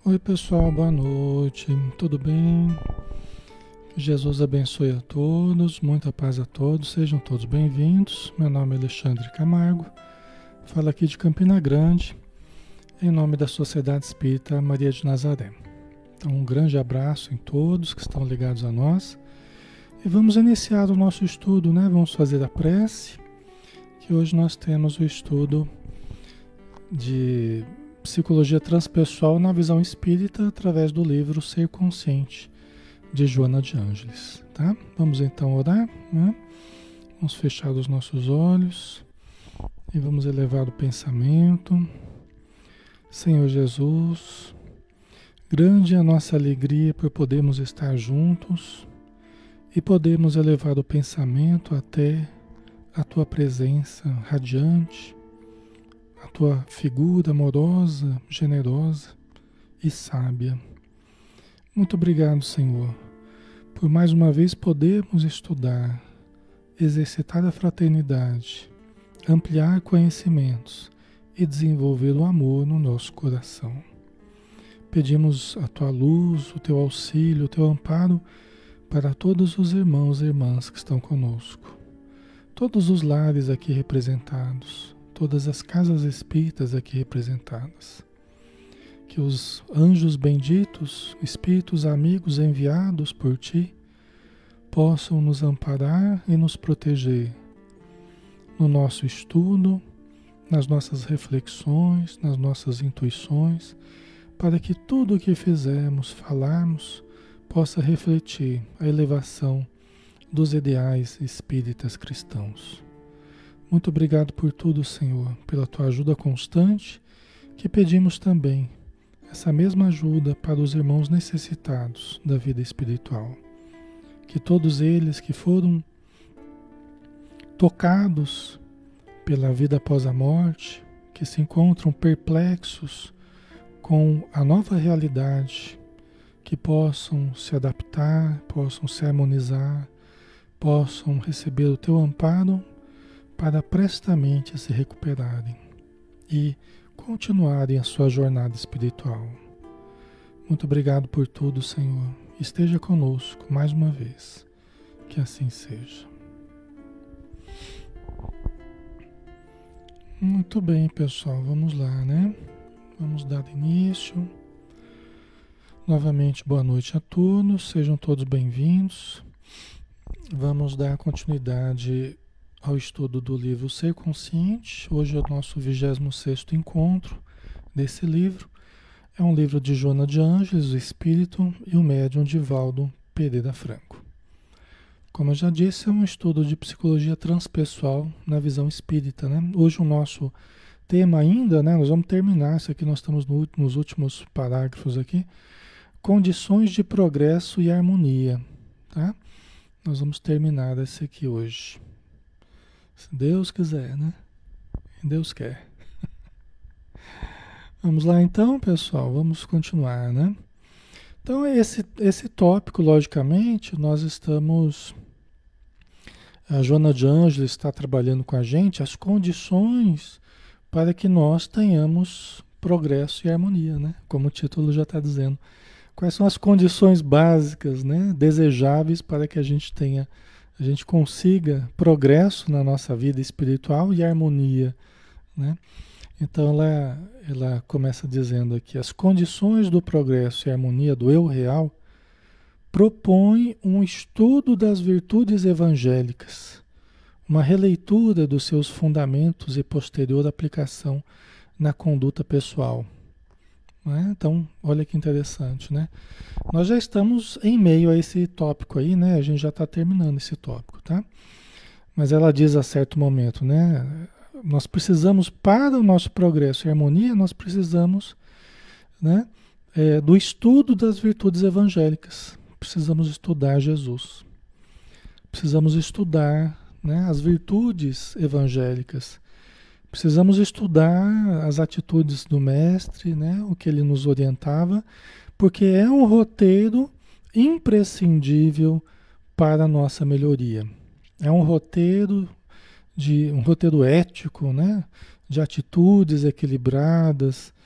Oi, pessoal, boa noite. Tudo bem? Que Jesus abençoe a todos, muita paz a todos, sejam todos bem-vindos. Meu nome é Alexandre Camargo, falo aqui de Campina Grande, em nome da Sociedade Espírita Maria de Nazaré. Então, um grande abraço em todos que estão ligados a nós e vamos iniciar o nosso estudo, né? Vamos fazer a prece, que hoje nós temos o estudo de Psicologia Transpessoal na Visão Espírita através do livro Ser Consciente, de Joana de Ângeles, tá? Vamos então orar, né? Vamos fechar os nossos olhos e vamos elevar o pensamento. Senhor Jesus, grande é a nossa alegria por podermos estar juntos e podermos elevar o pensamento até a Tua presença radiante, a Tua figura amorosa, generosa e sábia. Muito obrigado, Senhor, por mais uma vez podermos estudar, exercitar a fraternidade, ampliar conhecimentos e desenvolver o amor no nosso coração. Pedimos a Tua luz, o Teu auxílio, o Teu amparo para todos os irmãos e irmãs que estão conosco, todos os lares aqui representados, todas as casas espíritas aqui representadas. Que os anjos benditos, espíritos amigos enviados por Ti, possam nos amparar e nos proteger no nosso estudo, nas nossas reflexões, nas nossas intuições, para que tudo o que fizermos, falarmos, possa refletir a elevação dos ideais espíritas cristãos. Muito obrigado por tudo, Senhor, pela Tua ajuda constante, que pedimos também essa mesma ajuda para os irmãos necessitados da vida espiritual. Que todos eles que foram tocados pela vida após a morte, que se encontram perplexos com a nova realidade, que possam se adaptar, possam se harmonizar, possam receber o Teu amparo para prestamente se recuperarem e continuarem a sua jornada espiritual. Muito obrigado por tudo, Senhor. Esteja conosco mais uma vez. Que assim seja. Muito bem, pessoal. Vamos lá, né? Vamos dar início. Novamente, boa noite a todos. Sejam todos bem-vindos. Vamos dar continuidade ao estudo do livro Ser Consciente. Hoje é o nosso 26º encontro desse livro. É um livro de Joana de Ângeles, o Espírito, e o médium Divaldo Pereira Franco. Como eu já disse, é um estudo de psicologia transpessoal na visão espírita, né? Hoje o nosso tema ainda, né? Nós vamos terminar isso aqui, nós estamos nos últimos parágrafos aqui. Condições de progresso e harmonia, tá? Nós vamos terminar esse aqui hoje. Se Deus quiser, né? Deus quer. Vamos lá então, pessoal, vamos continuar, né? Então, esse tópico, logicamente, nós estamos... A Joana de Ângeles está trabalhando com a gente as condições para que nós tenhamos progresso e harmonia, né? Como o título já está dizendo. Quais são as condições básicas, né? Desejáveis para que a gente consiga progresso na nossa vida espiritual e harmonia, né? Então ela começa dizendo aqui, as condições do progresso e harmonia do eu real propõem um estudo das virtudes evangélicas, uma releitura dos seus fundamentos e posterior aplicação na conduta pessoal. Né? Então, olha que interessante, né? Nós já estamos em meio a esse tópico aí, né? A gente já está terminando esse tópico, tá? Mas ela diz a certo momento, né? Nós precisamos, para o nosso progresso e harmonia, nós precisamos, né, do estudo das virtudes evangélicas. Precisamos estudar Jesus. Precisamos estudar, né, as virtudes evangélicas. Precisamos estudar as atitudes do Mestre, né, o que ele nos orientava, porque é um roteiro imprescindível para a nossa melhoria. É um roteiro ético, né? De atitudes equilibradas,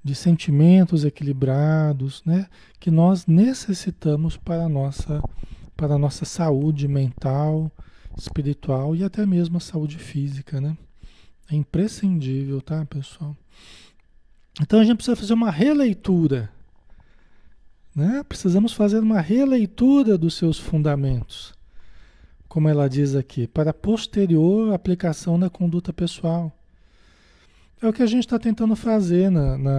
de sentimentos equilibrados, né? Que nós necessitamos para a nossa saúde mental, espiritual e até mesmo a saúde física, né? É imprescindível, tá, pessoal? Então a gente precisa fazer uma releitura, né? Precisamos fazer uma releitura dos seus fundamentos, como ela diz aqui, para posterior aplicação na conduta pessoal. É o que a gente está tentando fazer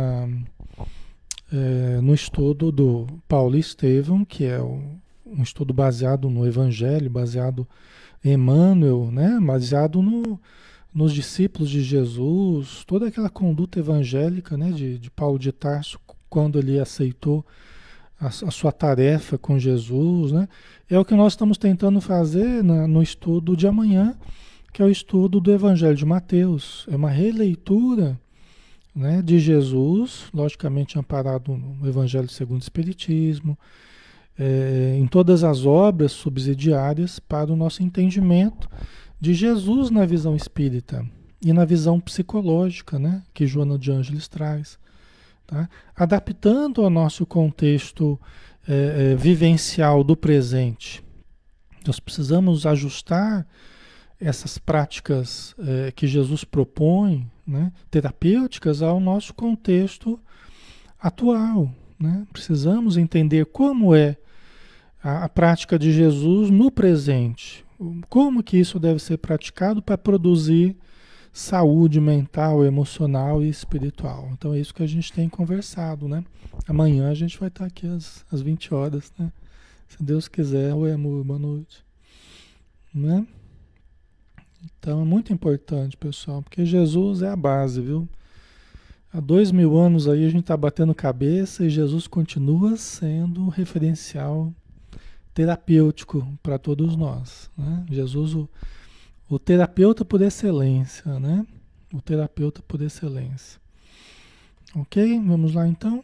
no estudo do Paulo Estevão, que é um estudo baseado no Evangelho, baseado em Emmanuel, né? Baseado nos discípulos de Jesus, toda aquela conduta evangélica, né? De Paulo de Tarso, quando ele aceitou a sua tarefa com Jesus, né? É o que nós estamos tentando fazer no estudo de amanhã, que é o estudo do Evangelho de Mateus. É uma releitura, né, de Jesus, logicamente amparado no Evangelho segundo o Espiritismo, em todas as obras subsidiárias para o nosso entendimento de Jesus na visão espírita e na visão psicológica, né, que Joana de Ângeles traz. Tá? Adaptando ao nosso contexto vivencial do presente. Nós precisamos ajustar essas práticas que Jesus propõe, né, terapêuticas, ao nosso contexto atual. Né? Precisamos entender como é a prática de Jesus no presente. Como que isso deve ser praticado para produzir saúde mental, emocional e espiritual. Então é isso que a gente tem conversado, né? Amanhã a gente vai estar aqui às 20 horas, né? Se Deus quiser. Oi, amor, boa noite. Né? Então é muito importante, pessoal, porque Jesus é a base, viu? Há 2000 anos aí a gente está batendo cabeça e Jesus continua sendo um referencial terapêutico para todos nós, né? Jesus, o terapeuta por excelência, né? O terapeuta por excelência. Ok? Vamos lá então?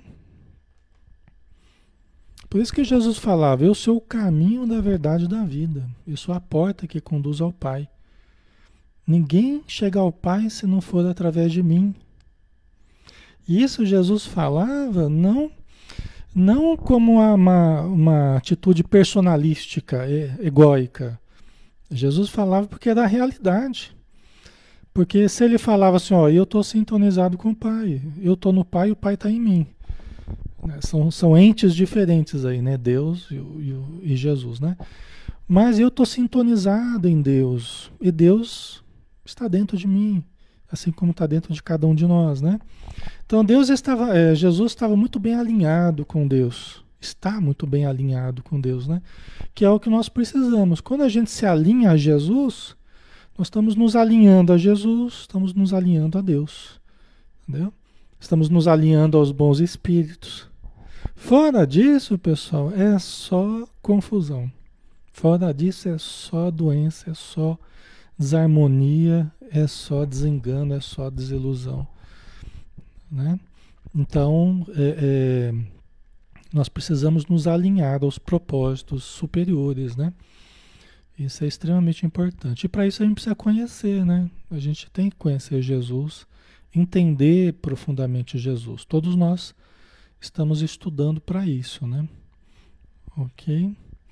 Por isso que Jesus falava, eu sou o caminho da verdade e da vida. Eu sou a porta que conduz ao Pai. Ninguém chega ao Pai se não for através de mim. E isso Jesus falava não como uma atitude personalística, egóica. Jesus falava porque era a realidade. Porque se ele falava assim, ó, eu estou sintonizado com o Pai, eu estou no Pai e o Pai está em mim. São entes diferentes aí, né? Deus e Jesus, né? Mas eu estou sintonizado em Deus. E Deus está dentro de mim, assim como está dentro de cada um de nós, né? Então Jesus estava muito bem alinhado com Deus. Está muito bem alinhado com Deus, né? Que é o que nós precisamos. Quando a gente se alinha a Jesus, nós estamos nos alinhando a Jesus, estamos nos alinhando a Deus. Entendeu? Estamos nos alinhando aos bons espíritos. Fora disso, pessoal, é só confusão. Fora disso é só doença, é só desarmonia, é só desengano, é só desilusão. Né? Então, nós precisamos nos alinhar aos propósitos superiores, né? Isso é extremamente importante. E para isso a gente precisa conhecer, né? A gente tem que conhecer Jesus, entender profundamente Jesus. Todos nós estamos estudando para isso, né? Ok?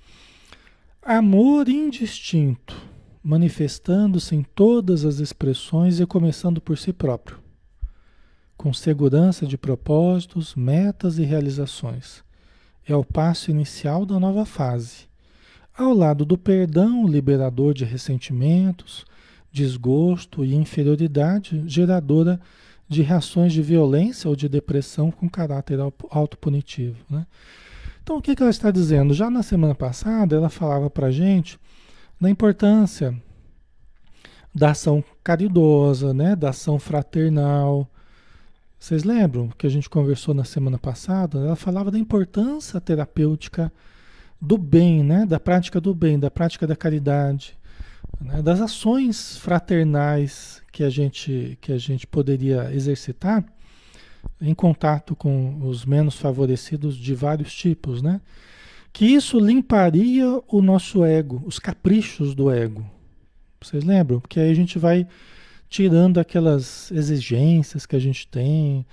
Amor indistinto, manifestando-se em todas as expressões e começando por si próprio, com segurança de propósitos, metas e realizações. É o passo inicial da nova fase. Ao lado do perdão liberador de ressentimentos, desgosto e inferioridade, geradora de reações de violência ou de depressão com caráter autopunitivo, né? Então, o que ela está dizendo? Já na semana passada, ela falava para a gente da importância da ação caridosa, né? Da ação fraternal. Vocês lembram que a gente conversou na semana passada? Ela falava da importância terapêutica do bem, né? Da prática do bem, da prática da caridade, né? Das ações fraternais que a gente poderia exercitar em contato com os menos favorecidos de vários tipos, né? Que isso limparia o nosso ego, os caprichos do ego. Vocês lembram? Porque aí a gente vai tirando aquelas exigências que a gente tem,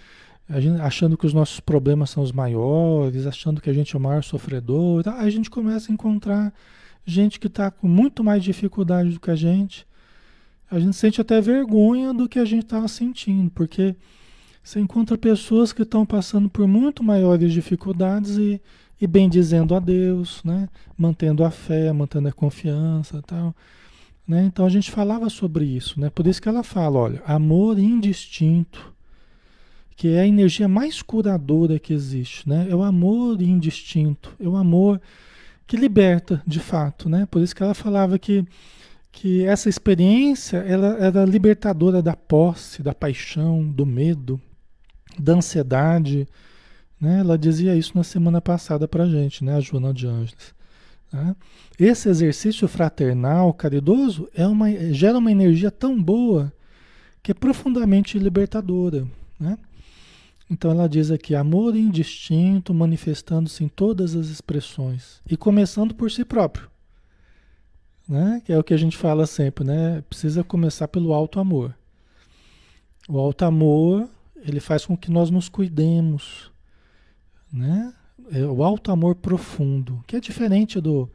achando que os nossos problemas são os maiores, achando que a gente é o maior sofredor, a gente começa a encontrar gente que está com muito mais dificuldade do que a gente. A gente sente até vergonha do que a gente estava sentindo, porque você encontra pessoas que estão passando por muito maiores dificuldades e bendizendo a Deus, né? Mantendo a fé, mantendo a confiança e tal. Né? Então a gente falava sobre isso, né? Por isso que ela fala, olha, amor indistinto, que é a energia mais curadora que existe, né? É o amor indistinto, é o amor que liberta, de fato, né? Por isso que ela falava que essa experiência ela era libertadora da posse, da paixão, do medo, da ansiedade, né? Ela dizia isso na semana passada para a gente, né? A Joana de Ângeles. Tá? Esse exercício fraternal, caridoso, gera uma energia tão boa que é profundamente libertadora, né? Então ela diz aqui, amor indistinto manifestando-se em todas as expressões e começando por si próprio, né? Que é o que a gente fala sempre, né? Precisa começar pelo alto amor. O alto amor, ele faz com que nós nos cuidemos, né? É o alto amor profundo, que é diferente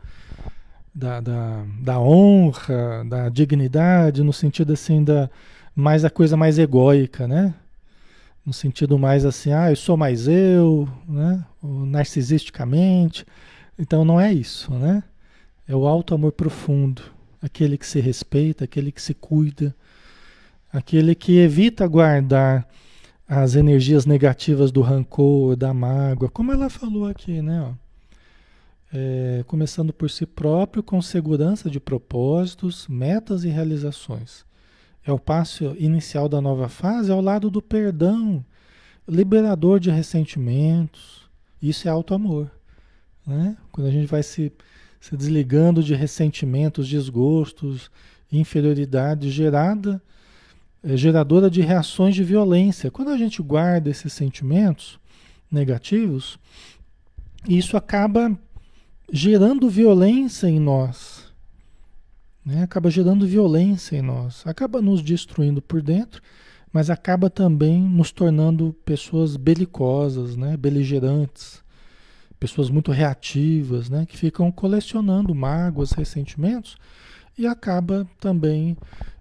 da honra, da dignidade, no sentido assim, mais a coisa mais egóica, né? No sentido mais assim, eu sou mais eu, né? Narcisisticamente. Então não é isso, né? É o alto amor profundo, aquele que se respeita, aquele que se cuida, aquele que evita guardar as energias negativas do rancor, da mágoa, como ela falou aqui, né? Ó. Começando por si próprio, com segurança de propósitos, metas e realizações. É o passo inicial da nova fase ao lado do perdão, liberador de ressentimentos. Isso é alto amor, né? Quando a gente vai se desligando de ressentimentos, desgostos, inferioridade geradora de reações de violência. Quando a gente guarda esses sentimentos negativos, isso acaba gerando violência em nós, né? Acaba gerando violência em nós, acaba nos destruindo por dentro, mas acaba também nos tornando pessoas belicosas, né? Beligerantes, pessoas muito reativas, né? Que ficam colecionando mágoas, ressentimentos e acaba também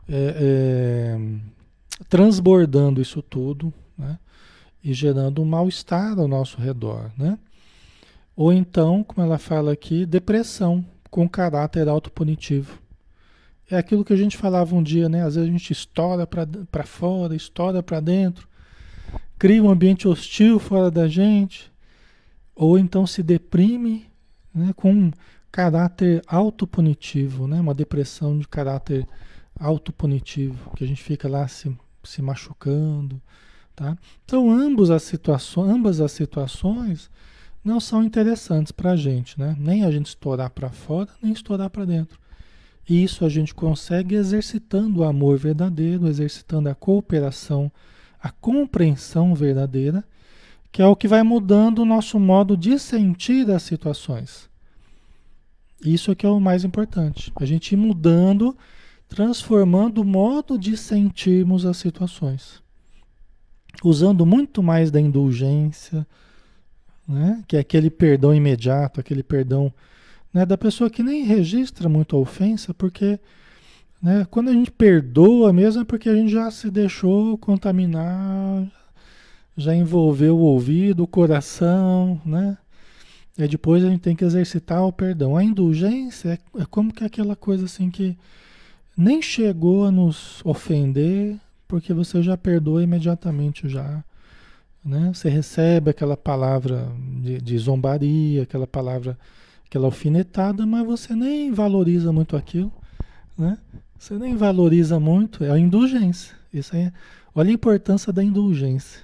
transbordando isso tudo, né? E gerando um mal-estar ao nosso redor, né? Ou então, como ela fala aqui, depressão com caráter autopunitivo. É aquilo que a gente falava um dia, né? Às vezes a gente estoura para fora, estoura para dentro, cria um ambiente hostil fora da gente, ou então se deprime, né? Com caráter autopunitivo, né? Uma depressão de caráter autopunitivo, que a gente fica lá se machucando, tá? Então, ambas as situações não são interessantes para a gente, né? Nem a gente estourar para fora, nem estourar para dentro. E isso a gente consegue exercitando o amor verdadeiro, exercitando a cooperação, a compreensão verdadeira, que é o que vai mudando o nosso modo de sentir as situações. Isso é que é o mais importante. A gente ir mudando, transformando o modo de sentirmos as situações. Usando muito mais da indulgência, né? Que é aquele perdão imediato, aquele perdão, né, da pessoa que nem registra muito a ofensa, porque, né, quando a gente perdoa mesmo é porque a gente já se deixou contaminar, já envolveu o ouvido, o coração, né? E depois a gente tem que exercitar o perdão. A indulgência é como que aquela coisa assim que nem chegou a nos ofender, porque você já perdoa imediatamente já. Né? Você recebe aquela palavra de zombaria, aquela palavra, aquela alfinetada, mas você nem valoriza muito aquilo, né? Você nem valoriza muito, é a indulgência. Isso aí, olha a importância da indulgência.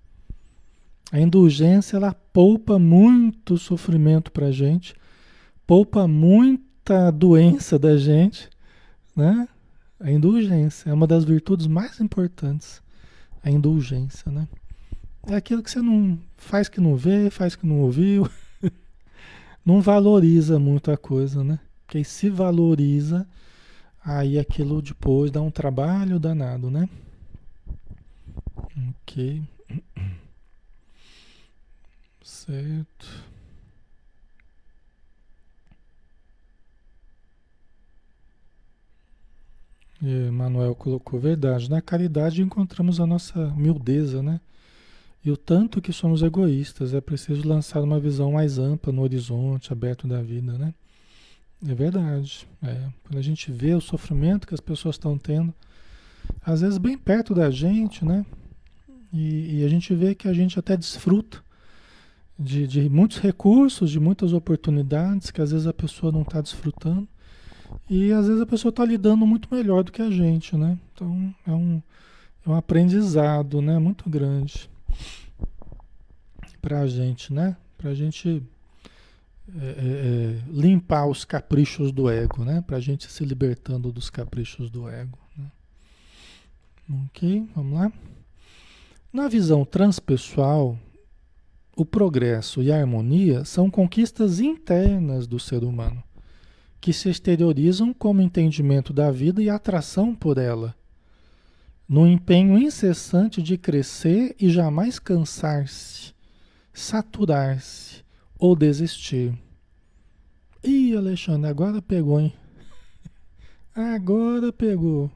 A indulgência, ela poupa muito sofrimento para a gente, poupa muita doença da gente, né? A indulgência é uma das virtudes mais importantes, a indulgência, né? É aquilo que você não faz que não vê, faz que não ouviu. Não valoriza muito a coisa, né? Porque aí se valoriza, aí aquilo depois dá um trabalho danado, né? Ok. Certo. E Manuel colocou verdade. Na caridade encontramos a nossa humildeza, né? E o tanto que somos egoístas. É preciso lançar uma visão mais ampla no horizonte aberto da vida, né? É verdade. Quando a gente vê o sofrimento que as pessoas estão tendo, às vezes bem perto da gente, né? E a gente vê que a gente até desfruta de muitos recursos, de muitas oportunidades que às vezes a pessoa não está desfrutando. E às vezes a pessoa está lidando muito melhor do que a gente, né? Então é um aprendizado, né? Muito grande para a gente, né? Para a gente limpar os caprichos do ego, né? Para a gente se libertando dos caprichos do ego, né? Ok, vamos lá. Na visão transpessoal, o progresso e a harmonia são conquistas internas do ser humano, que se exteriorizam como entendimento da vida e atração por ela, no empenho incessante de crescer e jamais cansar-se, saturar-se ou desistir. Ih, Alexandre, agora pegou, hein? Agora pegou.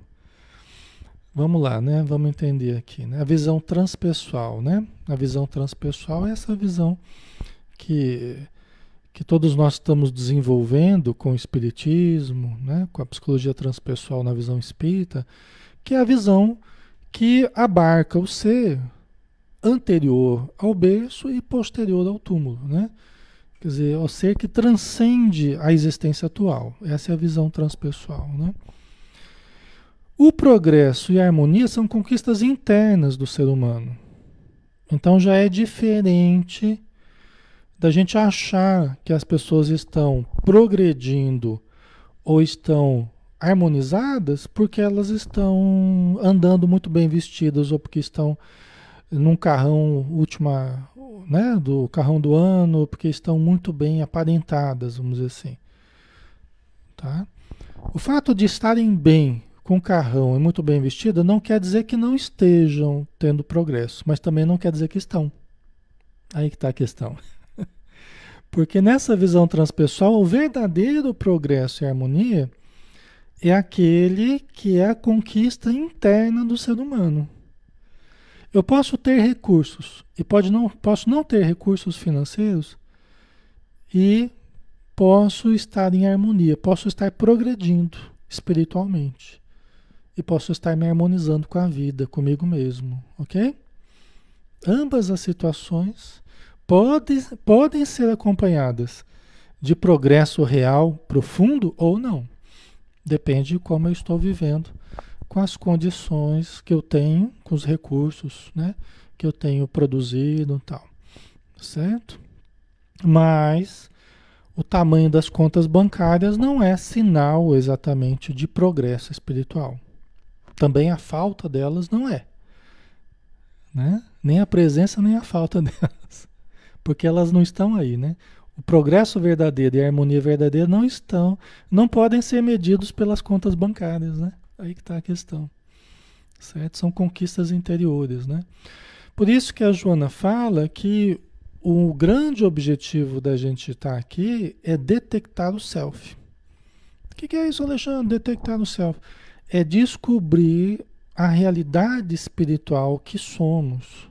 Vamos lá, né? Vamos entender aqui, né? A visão transpessoal, né? A visão transpessoal é essa visão que, que todos nós estamos desenvolvendo com o espiritismo, né? Com a psicologia transpessoal na visão espírita, que é a visão que abarca o ser anterior ao berço e posterior ao túmulo, né? Quer dizer, o ser que transcende a existência atual. Essa é a visão transpessoal, né? O progresso e a harmonia são conquistas internas do ser humano. Então já é diferente da gente achar que as pessoas estão progredindo ou estão harmonizadas porque elas estão andando muito bem vestidas ou porque estão num carrão última, né, do carrão do ano, ou porque estão muito bem aparentadas, vamos dizer assim, tá? O fato de estarem bem com carrão e muito bem vestida não quer dizer que não estejam tendo progresso, mas também não quer dizer que estão. Aí que está a questão. Porque nessa visão transpessoal, o verdadeiro progresso e harmonia é aquele que é a conquista interna do ser humano. Eu posso ter recursos e posso não ter recursos financeiros e posso estar em harmonia, posso estar progredindo espiritualmente e posso estar me harmonizando com a vida, comigo mesmo, ok? Ambas as situações podem ser acompanhadas de progresso real, profundo ou não. Depende de como eu estou vivendo, com as condições que eu tenho, com os recursos, né, que eu tenho produzido e tal. Certo? Mas o tamanho das contas bancárias não é sinal exatamente de progresso espiritual. Também a falta delas não é, né? Nem a presença nem a falta delas, porque elas não estão aí, né? O progresso verdadeiro e a harmonia verdadeira não podem ser medidos pelas contas bancárias, né? Aí que está a questão, certo? São conquistas interiores, né? Por isso que a Joana fala que o grande objetivo da gente estar aqui é detectar o self. O que é isso, Alexandre? Detectar o self. É descobrir a realidade espiritual que somos.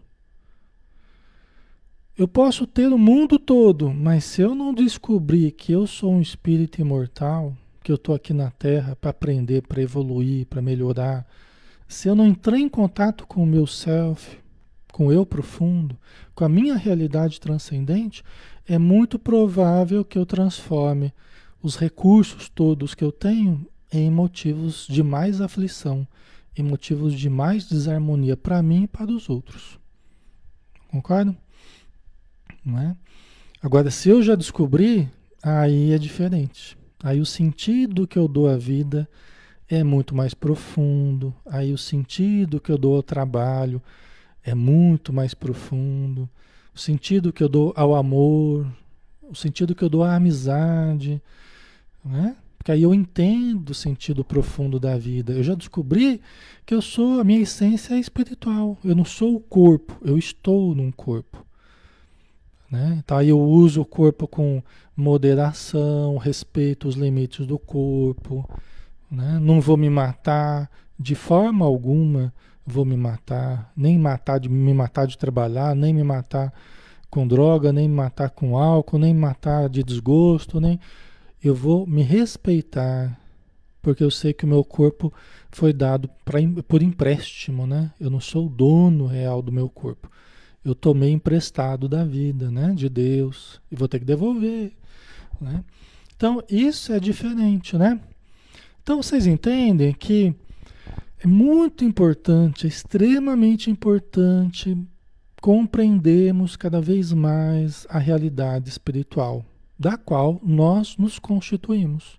Eu posso ter o mundo todo, mas se eu não descobrir que eu sou um espírito imortal, que eu estou aqui na Terra para aprender, para evoluir, para melhorar, se eu não entrar em contato com o meu self, com o eu profundo, com a minha realidade transcendente, é muito provável que eu transforme os recursos todos que eu tenho em motivos de mais aflição, em motivos de mais desarmonia para mim e para os outros. Concorda? Não é? Agora, se eu já descobri, aí é diferente. Aí o sentido que eu dou à vida é muito mais profundo. Aí o sentido que eu dou ao trabalho é muito mais profundo. O sentido que eu dou ao amor, o sentido que eu dou à amizade, né? Porque aí eu entendo o sentido profundo da vida. Eu já descobri que a minha essência é espiritual. Eu não sou o corpo, eu estou num corpo. né? Então aí eu uso o corpo com moderação, respeito os limites do corpo, né? Não vou me matar de forma alguma, vou me matar, nem matar de me matar de trabalhar, nem me matar com droga, nem me matar com álcool, nem me matar de desgosto, nem eu vou me respeitar, porque eu sei que o meu corpo foi dado por empréstimo, né? Eu não sou o dono real do meu corpo. Eu tomei emprestado da vida, né? De Deus, e vou ter que devolver, né? Então, isso é diferente, né? Então, vocês entendem que é muito importante, é extremamente importante compreendermos cada vez mais a realidade espiritual, da qual nós nos constituímos.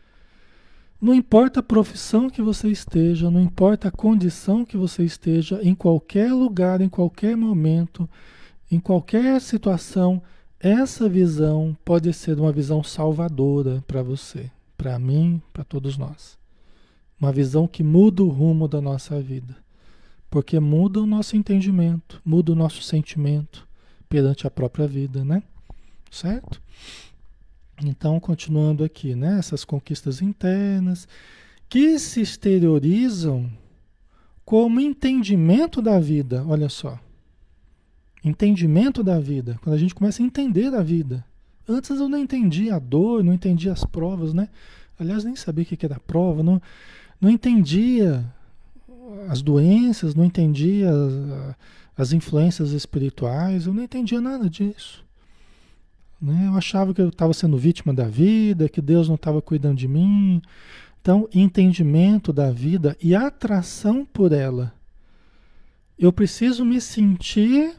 Não importa a profissão que você esteja, não importa a condição que você esteja, em qualquer lugar, em qualquer momento, em qualquer situação, essa visão pode ser uma visão salvadora para você, para mim, para todos nós. Uma visão que muda o rumo da nossa vida, porque muda o nosso entendimento, muda o nosso sentimento perante a própria vida, né? Certo? Então, continuando aqui, né? Essas conquistas internas que se exteriorizam como entendimento da vida, olha só. Entendimento da vida, quando a gente começa a entender a vida. Antes eu não entendia a dor, não entendia as provas, né? Aliás, nem sabia o que era prova, não entendia as doenças, não entendia as influências espirituais, eu não entendia nada disso. Né? Eu achava que eu estava sendo vítima da vida, que Deus não estava cuidando de mim. Então, entendimento da vida e atração por ela. Eu preciso me sentir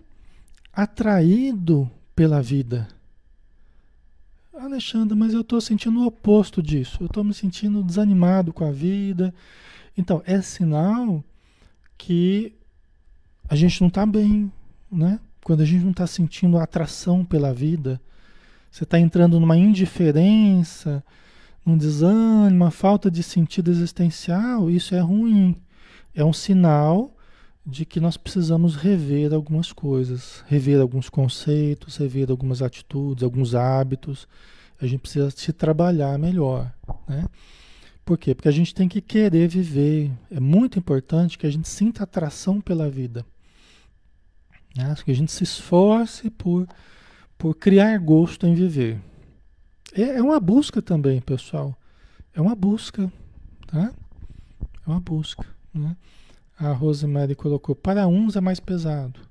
atraído pela vida. Alexandre, mas eu estou sentindo o oposto disso. Eu estou me sentindo desanimado com a vida. Então, é sinal que a gente não está bem, né? Quando a gente não está sentindo a atração pela vida, você está entrando numa indiferença, num desânimo, uma falta de sentido existencial, isso é ruim. É um sinal de que nós precisamos rever algumas coisas, rever alguns conceitos, rever algumas atitudes, alguns hábitos. A gente precisa se trabalhar melhor, né? Por quê? Porque a gente tem que querer viver. É muito importante que a gente sinta atração pela vida, né? Que a gente se esforce por criar gosto em viver. É uma busca também, pessoal. É uma busca, tá? É uma busca, né? A Rosemary colocou, para uns é mais pesado.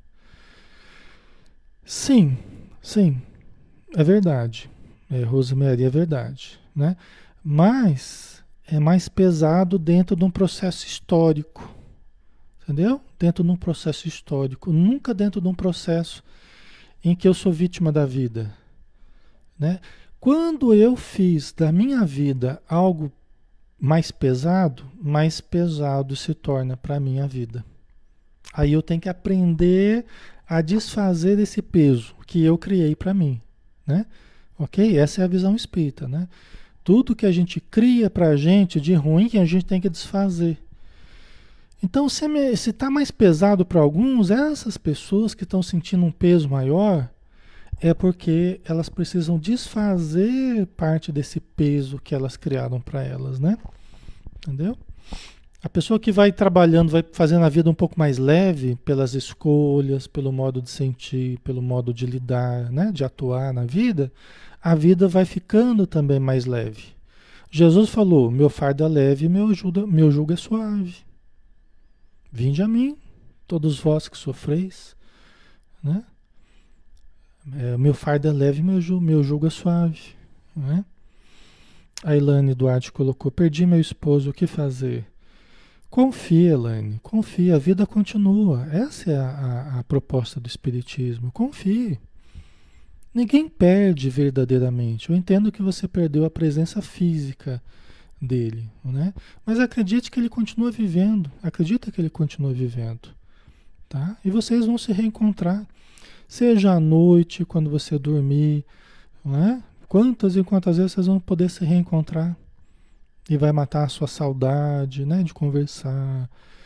Sim, sim, é verdade. Rosemary, é verdade, né? Mas é mais pesado dentro de um processo histórico, entendeu? Dentro de um processo histórico, nunca dentro de um processo em que eu sou vítima da vida, né? Quando eu fiz da minha vida algo mais pesado se torna para a minha vida. Aí eu tenho que aprender a desfazer esse peso que eu criei para mim, né? Ok? Essa é a visão espírita, né? Tudo que a gente cria para a gente de ruim, a gente tem que desfazer. Então, se está mais pesado para alguns, essas pessoas que estão sentindo um peso maior, é porque elas precisam desfazer parte desse peso que elas criaram para elas, né? Entendeu? A pessoa que vai trabalhando, vai fazendo a vida um pouco mais leve pelas escolhas, pelo modo de sentir, pelo modo de lidar, né? De atuar na vida, a vida vai ficando também mais leve. Jesus falou, meu fardo é leve, meu jugo é suave. Vinde a mim, todos vós que sofreis, né? Meu fardo é leve, meu jugo é suave, né? A Elaine Duarte colocou, perdi meu esposo, o que fazer? Confia, Elaine, confia, a vida continua. Essa é a proposta do Espiritismo, confie. Ninguém perde verdadeiramente. Eu entendo que você perdeu a presença física dele, né? Mas acredite que ele continua vivendo, acredita que ele continua vivendo, tá? E vocês vão se reencontrar, seja à noite, quando você dormir, né? Quantas e quantas vezes vocês vão poder se reencontrar e vai matar a sua saudade, né? De conversar,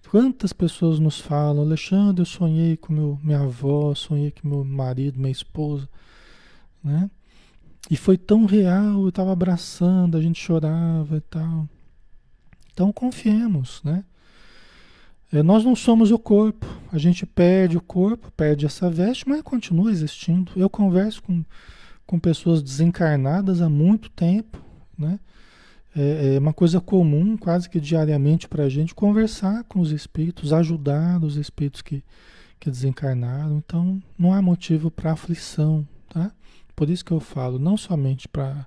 Quantas pessoas nos falam, Alexandre, eu sonhei com minha avó, sonhei com meu marido, minha esposa, né? E foi tão real, eu estava abraçando, a gente chorava e tal. Então confiemos, né? Nós não somos o corpo, a gente perde o corpo, perde essa veste, mas continua existindo. Eu converso com pessoas desencarnadas há muito tempo, né? É uma coisa comum, quase que diariamente para a gente, conversar com os espíritos, ajudar os espíritos que desencarnaram. Então, não há motivo para aflição, tá? Por isso que eu falo, não somente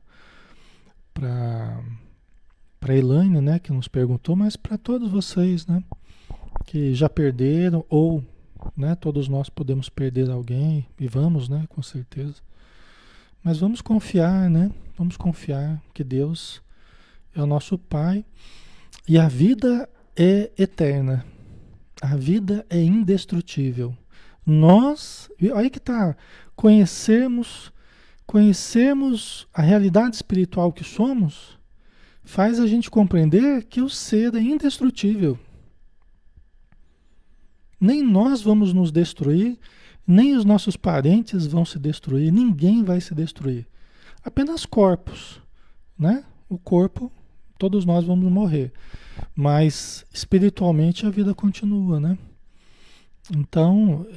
para Elaine, né, que nos perguntou, mas para todos vocês, né, que já perderam ou, né, todos nós podemos perder alguém e vamos, né, com certeza. Mas vamos confiar, né? Vamos confiar que Deus é o nosso Pai e a vida é eterna. A vida é indestrutível. Nós, aí que tá, conhecermos a realidade espiritual que somos, faz a gente compreender que o ser é indestrutível. Nem nós vamos nos destruir, nem os nossos parentes vão se destruir, ninguém vai se destruir. Apenas corpos, né? O corpo, todos nós vamos morrer, mas espiritualmente a vida continua, né? Então,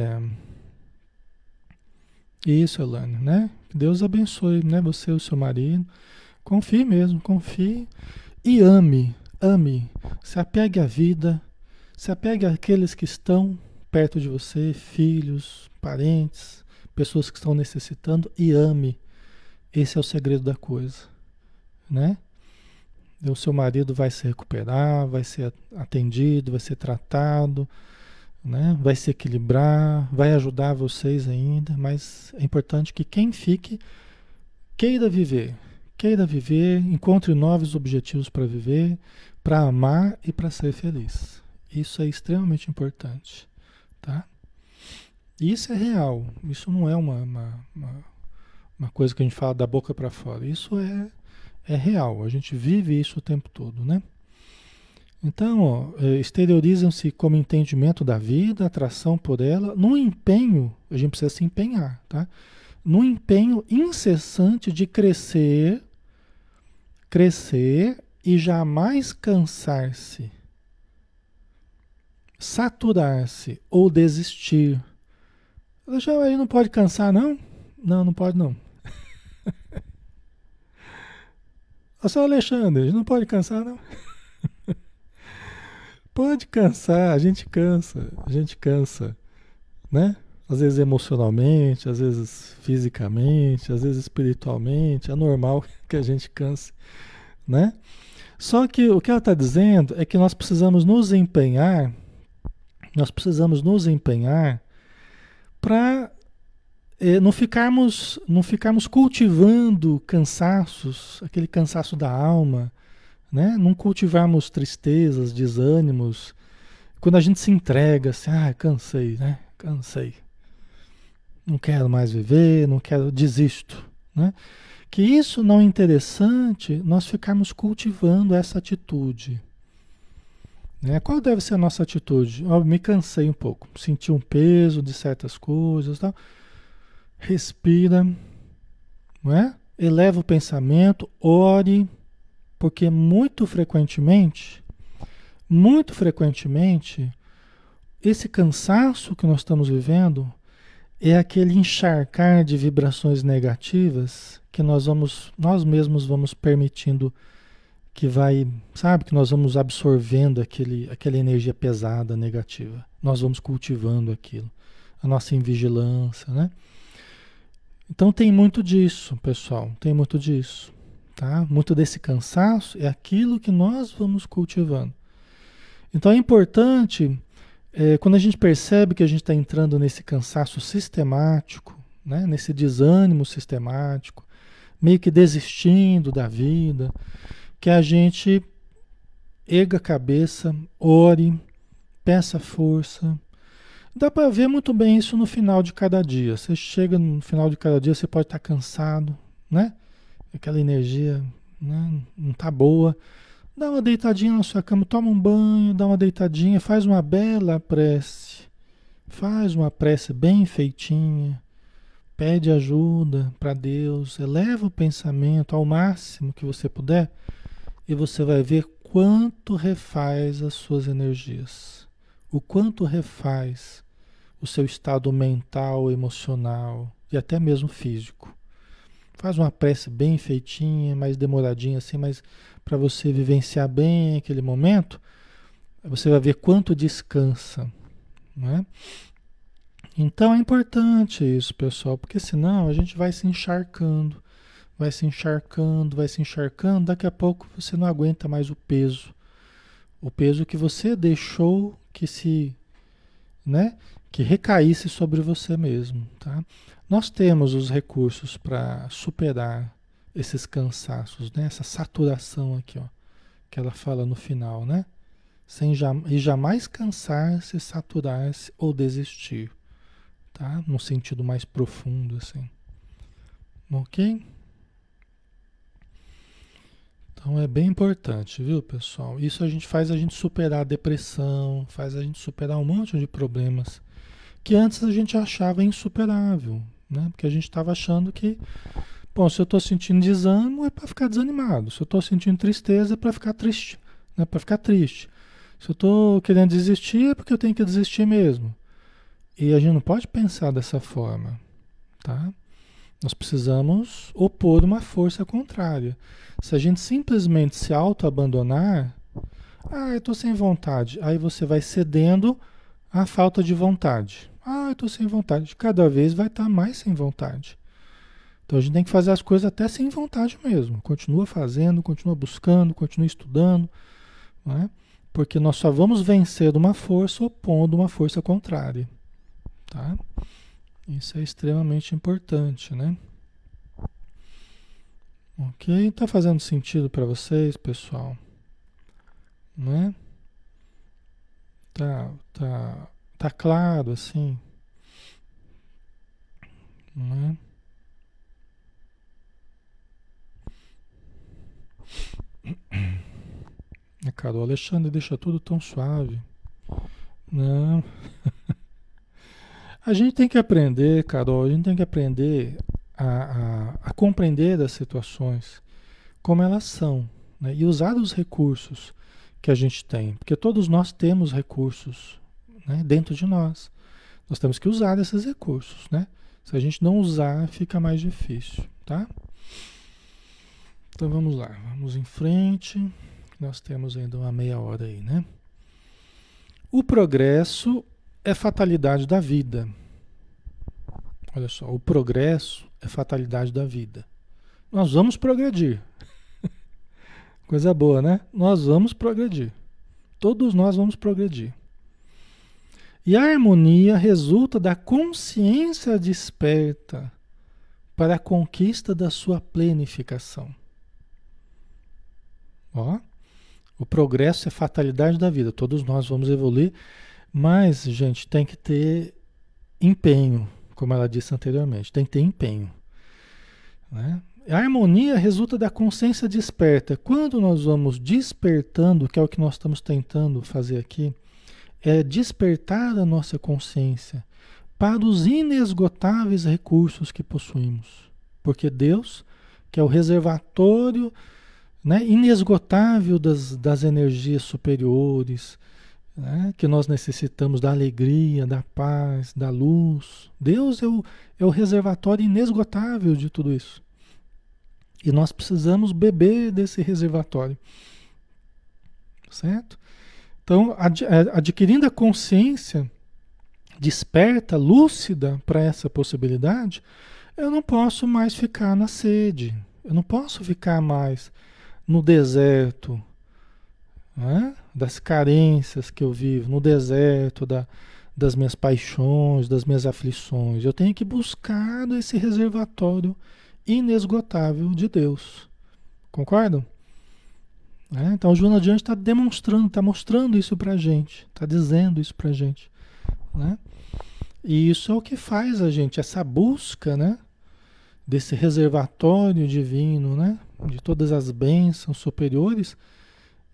isso, Elane, né? Que Deus abençoe, né? Você e o seu marido. Confie mesmo, confie e ame, ame. Se apegue à vida, se apegue àqueles que estão perto de você, filhos, parentes, pessoas que estão necessitando e ame. Esse é o segredo da coisa, né? O seu marido vai se recuperar, vai ser atendido, vai ser tratado, né? Vai se equilibrar, vai ajudar vocês ainda, mas é importante que quem fique queira viver, encontre novos objetivos para viver, para amar e para ser feliz. Isso é extremamente importante, tá? Isso é real, isso não é uma coisa que a gente fala da boca para fora, isso é real, a gente vive isso o tempo todo, né? Então, exteriorizam-se como entendimento da vida, atração por ela, no empenho, a gente precisa se empenhar, tá? No empenho incessante de crescer e jamais cansar-se, saturar-se ou desistir. Já aí não pode cansar, não? Não, não pode não. Ô, seu Alexandre, não pode cansar, não? Pode cansar, a gente cansa, né? Às vezes emocionalmente, às vezes fisicamente, às vezes espiritualmente, é normal que a gente canse, né? Só que o que ela está dizendo é que nós precisamos nos empenhar para não ficarmos cultivando cansaços, aquele cansaço da alma, né? Não cultivarmos tristezas, desânimos. Quando a gente se entrega, assim, cansei, né? Cansei. Não quero mais viver, desisto, né? Que isso não é interessante nós ficarmos cultivando essa atitude, né? Qual deve ser a nossa atitude? Me cansei um pouco, senti um peso de certas coisas, tal. Respira, não é? Eleva o pensamento, ore, porque muito frequentemente, esse cansaço que nós estamos vivendo é aquele encharcar de vibrações negativas que nós mesmos vamos permitindo que que nós vamos absorvendo aquela energia pesada, negativa. Nós vamos cultivando aquilo, a nossa invigilância, né? Então tem muito disso, pessoal, tem muito disso, tá? Muito desse cansaço é aquilo que nós vamos cultivando. Então é importante, quando a gente percebe que a gente está entrando nesse cansaço sistemático, né? Nesse desânimo sistemático, meio que desistindo da vida, que a gente erga a cabeça, ore, peça força. Dá para ver muito bem isso no final de cada dia. Você chega no final de cada dia, você pode estar cansado, né? Aquela energia, né, não está boa, Dá uma deitadinha na sua cama, toma um banho, dá uma deitadinha, faz uma bela prece. Faz uma prece bem feitinha. Pede ajuda para Deus, eleva o pensamento ao máximo que você puder e você vai ver quanto refaz as suas energias. O quanto refaz o seu estado mental, emocional e até mesmo físico. Faz uma prece bem feitinha, mais demoradinha assim, mas para você vivenciar bem aquele momento, você vai ver quanto descansa, né? Então é importante isso, pessoal, porque senão a gente vai se encharcando, vai se encharcando, vai se encharcando, daqui a pouco você não aguenta mais o peso que você deixou que se, né, que recaísse sobre você mesmo, tá? Nós temos os recursos para superar esses cansaços, né? Essa saturação aqui, ó, que ela fala no final, né? E jamais cansar-se, saturar-se ou desistir, tá? Num sentido mais profundo, assim. Ok? Então é bem importante, viu, pessoal? Isso faz a gente superar a depressão, faz a gente superar um monte de problemas que antes a gente achava insuperável, né? Porque a gente estava achando que, bom, se eu estou sentindo desânimo é para ficar desanimado, se eu estou sentindo tristeza é para ficar triste, né? Para ficar triste. Se eu estou querendo desistir é porque eu tenho que desistir mesmo. E a gente não pode pensar dessa forma, tá? Nós precisamos opor uma força contrária. Se a gente simplesmente se auto-abandonar, eu estou sem vontade. Aí você vai cedendo à falta de vontade. Eu estou sem vontade. Cada vez vai estar mais sem vontade. Então a gente tem que fazer as coisas até sem vontade mesmo. Continua fazendo, continua buscando, continua estudando, não é? Porque nós só vamos vencer uma força opondo uma força contrária, tá? Isso é extremamente importante, né? Ok? Tá fazendo sentido para vocês, pessoal? Né? Tá claro, assim? Né? Carol, Alexandre deixa tudo tão suave. Não. A gente tem que aprender, Carol, a gente tem que aprender a compreender as situações como elas são, né? E usar os recursos que a gente tem, porque todos nós temos recursos, né, dentro de nós. Nós temos que usar esses recursos, né? Se a gente não usar, fica mais difícil, tá? Então vamos lá, vamos em frente. Nós temos ainda uma meia hora aí, né? O progresso é fatalidade da vida. Olha só, o progresso é fatalidade da vida. Nós vamos progredir. Coisa boa, né? Nós vamos progredir. Todos nós vamos progredir. E a harmonia resulta da consciência desperta para a conquista da sua plenificação. Ó, o progresso é fatalidade da vida. Todos nós vamos evoluir, mas, gente, tem que ter empenho, como ela disse anteriormente. Tem que ter empenho, né? A harmonia resulta da consciência desperta. Quando nós vamos despertando, que é o que nós estamos tentando fazer aqui, é despertar a nossa consciência para os inesgotáveis recursos que possuímos. Porque Deus, que é o reservatório, né, inesgotável das energias superiores, né, que nós necessitamos da alegria, da paz, da luz. Deus é o reservatório inesgotável de tudo isso. E nós precisamos beber desse reservatório. Certo? Então, adquirindo a consciência desperta, lúcida para essa possibilidade, eu não posso mais ficar na sede. Eu não posso ficar mais no deserto, né, das carências que eu vivo, no deserto das minhas paixões, das minhas aflições. Eu tenho que buscar esse reservatório inesgotável de Deus. Concordam? Então o Joana de Anjos está demonstrando, está mostrando isso para a gente, está dizendo isso para a gente, né? E isso é o que faz a gente, essa busca, né, desse reservatório divino, né, de todas as bênçãos superiores,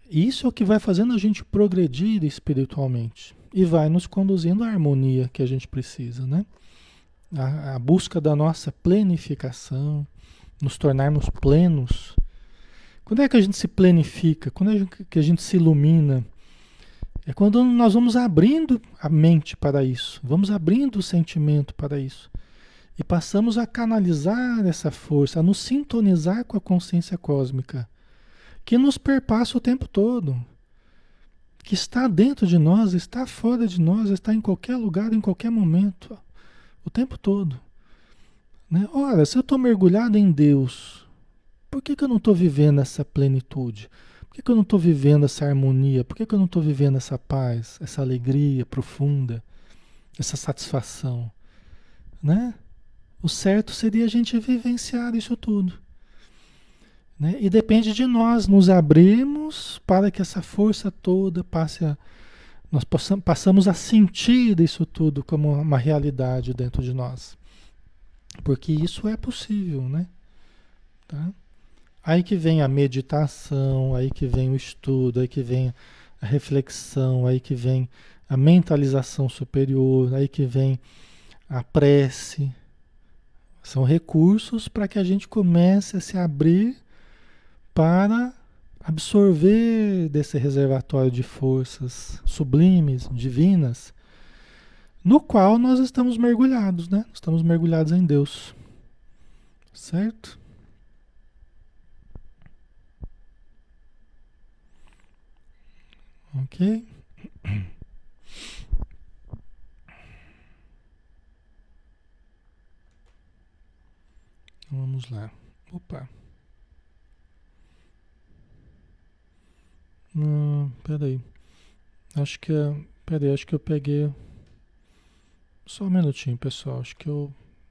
Isso é o que vai fazendo a gente progredir espiritualmente e vai nos conduzindo à harmonia que a gente precisa, né? A busca da nossa plenificação, nos tornarmos plenos. Quando é que a gente se plenifica? Quando é que a gente se ilumina? É quando nós vamos abrindo a mente para isso, vamos abrindo o sentimento para isso. E passamos a canalizar essa força, a nos sintonizar com a consciência cósmica, que nos perpassa o tempo todo, que está dentro de nós, está fora de nós, está em qualquer lugar, em qualquer momento, o tempo todo. Né? Ora, se eu estou mergulhado em Deus, por que eu não estou vivendo essa plenitude? Por que eu não estou vivendo essa harmonia? Por que eu não estou vivendo essa paz, essa alegria profunda, essa satisfação? Né? O certo seria a gente vivenciar isso tudo. Né? E depende de nós nos abrirmos para que essa força toda passe a... Nós passamos a sentir isso tudo como uma realidade dentro de nós. Porque isso é possível, né? Tá? Aí que vem a meditação, aí que vem o estudo, aí que vem a reflexão, aí que vem a mentalização superior, aí que vem a prece. São recursos para que a gente comece a se abrir para absorver desse reservatório de forças sublimes, divinas, no qual nós estamos mergulhados, né? Estamos mergulhados em Deus. Certo? Ok? Vamos lá. Opa. Peraí. Peraí, acho que eu peguei. Só um minutinho, pessoal. Acho que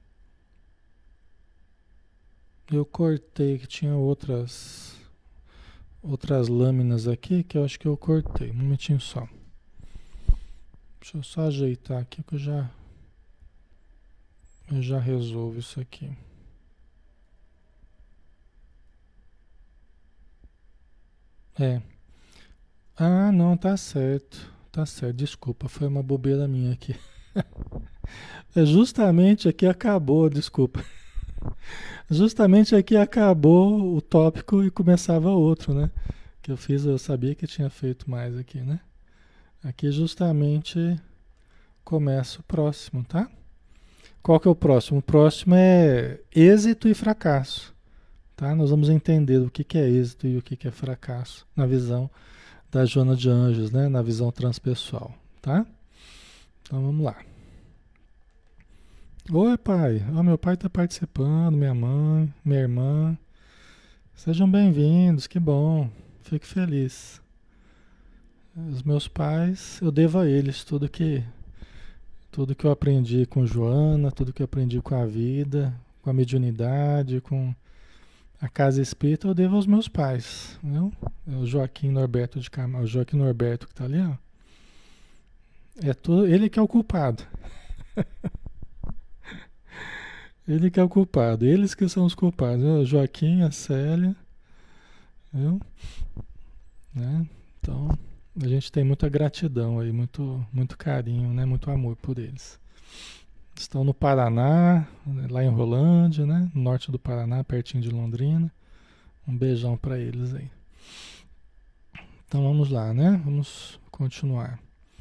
eu cortei, que tinha outras lâminas aqui que eu acho que eu cortei. Um minutinho só. Deixa eu só ajeitar aqui que eu já resolvo isso aqui. É. Ah, não, tá certo. Tá certo. Desculpa, foi uma bobeira minha aqui. É justamente aqui acabou, desculpa. Justamente aqui acabou o tópico e começava outro, né? Que eu sabia que tinha feito mais aqui, né? Aqui justamente começa o próximo, tá? Qual que é o próximo? O próximo é êxito e fracasso, tá? Nós vamos entender o que que é êxito e o que que é fracasso na visão da Joana de Anjos, né? Na visão transpessoal, tá? Então vamos lá. Oi, pai. Meu pai está participando, minha mãe, minha irmã. Sejam bem-vindos, que bom. Fico feliz. Os meus pais, eu devo a eles tudo que eu aprendi com Joana, tudo que eu aprendi com a vida, com a mediunidade, com a casa espírita, eu devo aos meus pais, viu? É o Joaquim Norberto de Camargo, o Joaquim Norberto que está ali, ó. É tudo, ele que é o culpado. Ele que é o culpado, eles que são os culpados, viu? O Joaquim, a Célia, viu? Né? Então, a gente tem muita gratidão aí, muito carinho, né? Muito amor por eles. Estão no Paraná, lá em Rolândia, né? No norte do Paraná, pertinho de Londrina. Um beijão para eles aí. Então vamos lá, né? Vamos continuar.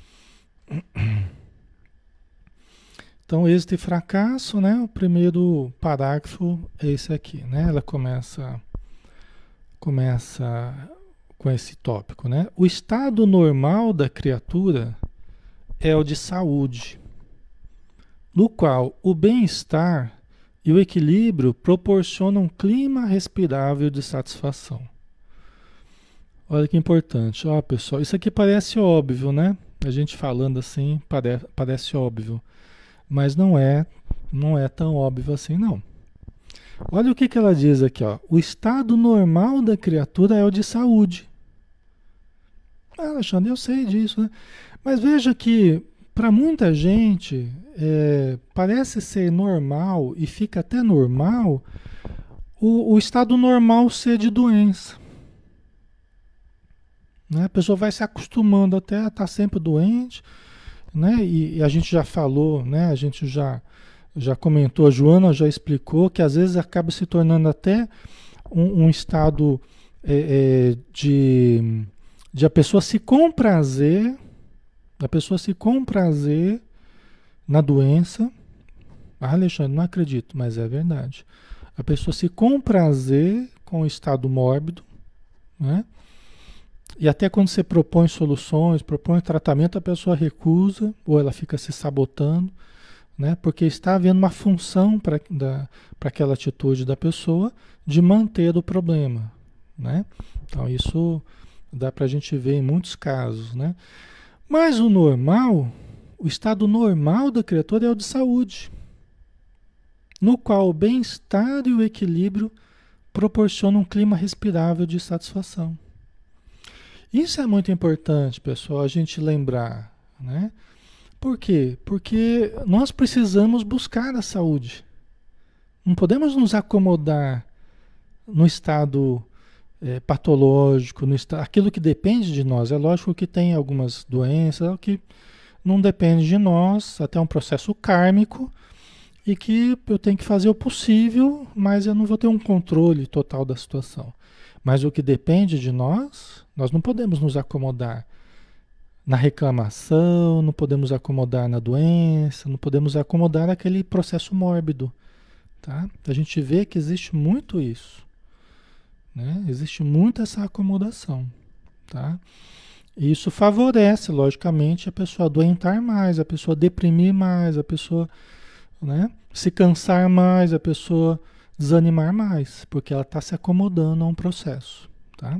Então, êxito e fracasso, né? O primeiro parágrafo é esse aqui, né? Ela começa com esse tópico, né? O estado normal da criatura é o de saúde, no qual o bem-estar e o equilíbrio proporcionam um clima respirável de satisfação. Olha que importante, ó, pessoal, isso aqui parece óbvio, né? A gente falando assim parece óbvio, mas não é tão óbvio assim, não. Olha o que ela diz aqui, ó. O estado normal da criatura é o de saúde. Ah, Alexandre, eu sei disso, né? Mas veja que para muita gente parece ser normal e fica até normal o estado normal ser de doença. né? A pessoa vai se acostumando até a estar sempre doente, né? E a gente já falou, né? A gente já comentou, a Joana já explicou que às vezes acaba se tornando até um estado de a pessoa se comprazer, a pessoa se comprazer na doença. Ah, Alexandre, não acredito, mas é verdade. A pessoa se comprazer com o estado mórbido, né? E até quando você propõe soluções, propõe tratamento, a pessoa recusa ou ela fica se sabotando, né? Porque está havendo uma função para aquela atitude da pessoa de manter o problema, né? Então isso dá para a gente ver em muitos casos, né? Mas o normal, o estado normal da criatura é o de saúde, no qual o bem-estar e o equilíbrio proporcionam um clima respirável de satisfação. Isso é muito importante, pessoal, a gente lembrar, né? Por quê? Porque nós precisamos buscar a saúde. Não podemos nos acomodar no estado patológico, aquilo que depende de nós. É lógico que tem algumas doenças que não depende de nós, até um processo kármico, e que eu tenho que fazer o possível, mas eu não vou ter um controle total da situação. Mas o que depende de nós não podemos nos acomodar na reclamação, não podemos acomodar na doença, não podemos acomodar naquele processo mórbido, tá? A gente vê que existe muito isso, né? Existe muito essa acomodação, tá? E isso favorece, logicamente, a pessoa adoentar mais, a pessoa deprimir mais, a pessoa, né, se cansar mais, a pessoa desanimar mais, porque ela está se acomodando a um processo, tá?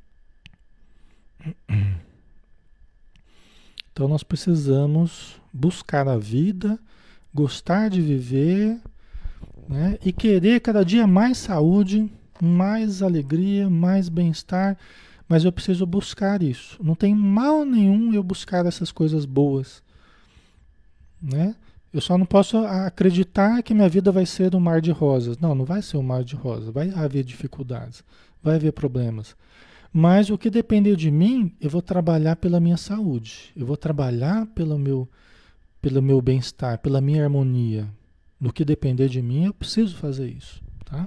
Então nós precisamos buscar a vida, gostar de viver, né, e querer cada dia mais saúde, mais alegria, mais bem-estar, mas eu preciso buscar isso. Não tem mal nenhum eu buscar essas coisas boas, né? Eu só não posso acreditar que minha vida vai ser um mar de rosas. Não, não vai ser um mar de rosas. Vai haver dificuldades, vai haver problemas. Mas o que depender de mim, eu vou trabalhar pela minha saúde. Eu vou trabalhar pelo meu bem-estar, pela minha harmonia. No que depender de mim, eu preciso fazer isso, tá?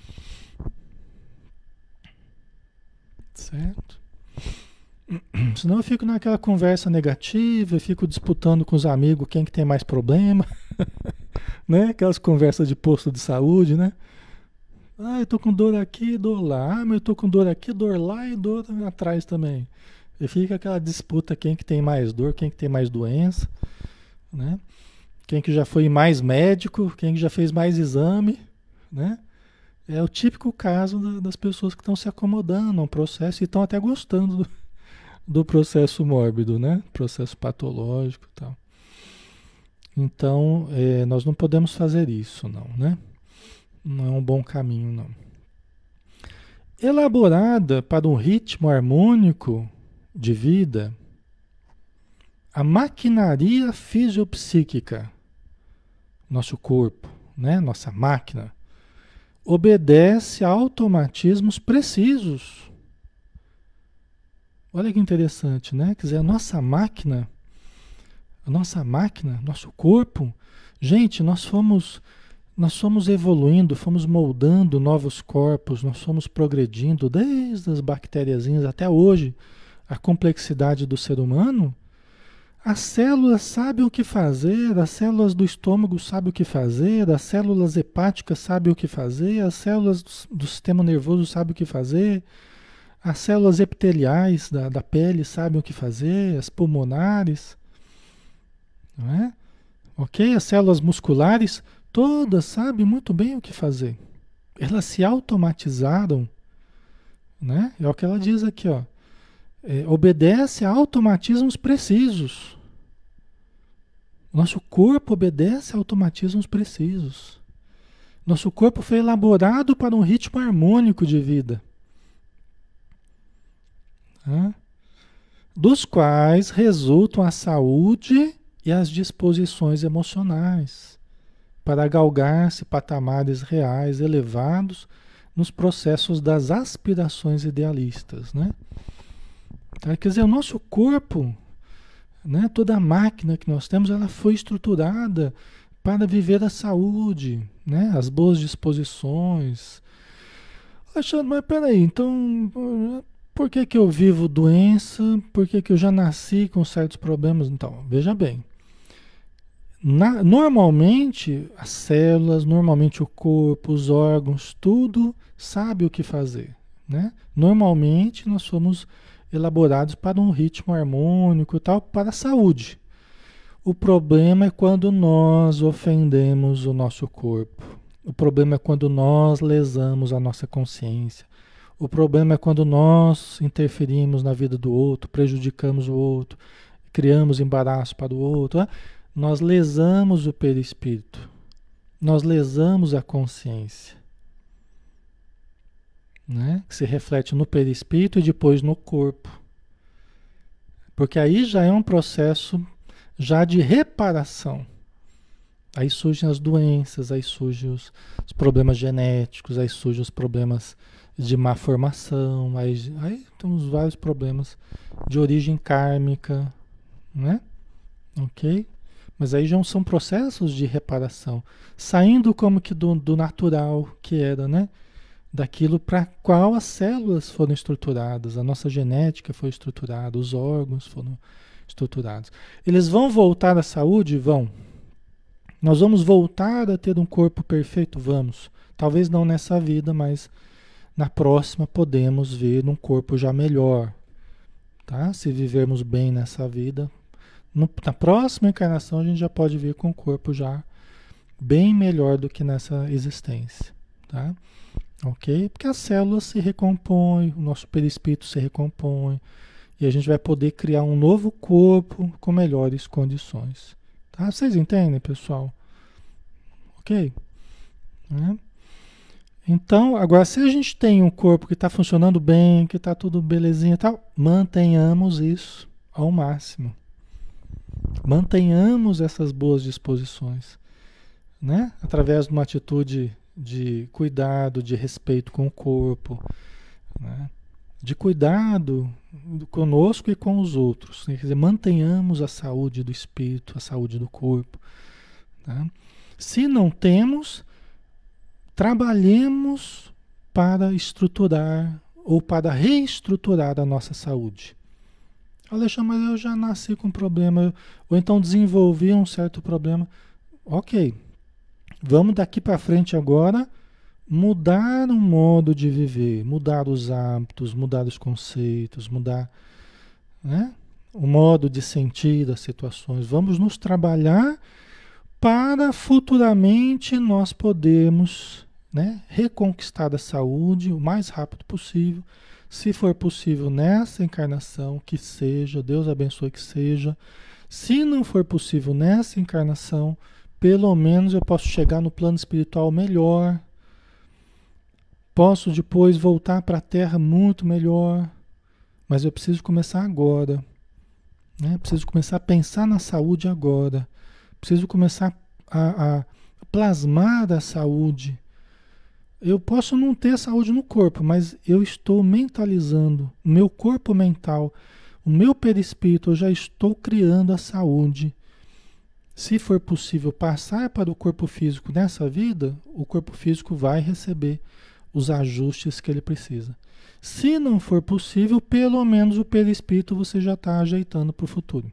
Certo? Senão eu fico naquela conversa negativa, eu fico disputando com os amigos quem que tem mais problema, né? Aquelas conversas de posto de saúde, né? Ah, eu tô com dor aqui, dor lá. Ah, mas eu tô com dor aqui, dor lá e dor atrás também. E fica aquela disputa quem que tem mais dor, quem que tem mais doença, né? Quem que já foi mais médico, quem que já fez mais exame, né? É o típico caso das pessoas que estão se acomodando ao processo e estão até gostando do processo mórbido, né? Processo patológico e tal. Então, nós não podemos fazer isso, não, né? Não é um bom caminho, não. Elaborada para um ritmo harmônico de vida, a maquinaria fisiopsíquica, nosso corpo, né? Nossa máquina, obedece a automatismos precisos. Olha que interessante, né? Quer dizer, a nossa máquina, nosso corpo, gente, nós fomos evoluindo, fomos moldando novos corpos, nós fomos progredindo desde as bactériazinhas até hoje, a complexidade do ser humano. As células sabem o que fazer, as células do estômago sabem o que fazer, as células hepáticas sabem o que fazer, as células do sistema nervoso sabem o que fazer, as células epiteliais da pele sabem o que fazer, as pulmonares, não é? Ok? As células musculares, todas sabem muito bem o que fazer. Elas se automatizaram, né? É o que ela diz aqui, ó. Obedece a automatismos precisos. Nosso corpo obedece a automatismos precisos. Nosso corpo foi elaborado para um ritmo harmônico de vida, né? Dos quais resultam a saúde e as disposições emocionais para galgar-se patamares reais elevados nos processos das aspirações idealistas, né? Tá? Quer dizer, o nosso corpo, né, toda a máquina que nós temos, ela foi estruturada para viver a saúde, né, as boas disposições. Achando, mas peraí, então por que que eu vivo doença? Por que que eu já nasci com certos problemas? Então, veja bem. Normalmente, as células, normalmente o corpo, os órgãos, tudo sabe o que fazer, né? Normalmente, nós somos elaborados para um ritmo harmônico e tal, para a saúde. O problema é quando nós ofendemos o nosso corpo. O problema é quando nós lesamos a nossa consciência. O problema é quando nós interferimos na vida do outro, prejudicamos o outro, criamos embaraço para o outro. Né? Nós lesamos o perispírito. Nós lesamos a consciência, né? Que se reflete no perispírito e depois no corpo. Porque aí já é um processo já de reparação. Aí surgem as doenças, aí surgem os problemas genéticos, aí surgem os problemas de má formação, aí temos vários problemas de origem kármica, né? Ok? Mas aí já são processos de reparação, saindo como que do natural que era, né? Daquilo para qual as células foram estruturadas, a nossa genética foi estruturada, os órgãos foram estruturados. Eles vão voltar à saúde? Vão. Nós vamos voltar a ter um corpo perfeito? Vamos. Talvez não nessa vida, mas na próxima podemos ver um corpo já melhor, tá? Se vivermos bem nessa vida, na próxima encarnação a gente já pode vir com o corpo já bem melhor do que nessa existência, tá? Ok? Porque as células se recompõem, o nosso perispírito se recompõe e a gente vai poder criar um novo corpo com melhores condições. Tá? Vocês entendem, pessoal? Ok? Né? Então, agora, se a gente tem um corpo que está funcionando bem, que está tudo belezinha e tal, mantenhamos isso ao máximo. Mantenhamos essas boas disposições, né? Através de uma atitude de cuidado, de respeito com o corpo, né? De cuidado conosco e com os outros. Né? Quer dizer, mantenhamos a saúde do espírito, a saúde do corpo. Tá? Se não temos, trabalhemos para estruturar ou para reestruturar a nossa saúde. Alexandre, mas eu já nasci com problema, ou então desenvolvi um certo problema. Ok, vamos daqui para frente agora mudar o modo de viver, mudar os hábitos, mudar os conceitos, mudar, né, o modo de sentir as situações. Vamos nos trabalhar para futuramente nós podermos, né, reconquistar a saúde o mais rápido possível. Se for possível nessa encarnação, que seja, Deus abençoe que seja. Se não for possível nessa encarnação, pelo menos eu posso chegar no plano espiritual melhor. Posso depois voltar para a Terra muito melhor. Mas eu preciso começar agora. Né? Preciso começar a pensar na saúde agora. Preciso começar a plasmar a saúde. Eu posso não ter saúde no corpo, mas eu estou mentalizando o meu corpo mental, o meu perispírito, eu já estou criando a saúde. Se for possível passar para o corpo físico nessa vida, o corpo físico vai receber os ajustes que ele precisa. Se não for possível, pelo menos o perispírito você já está ajeitando para o futuro.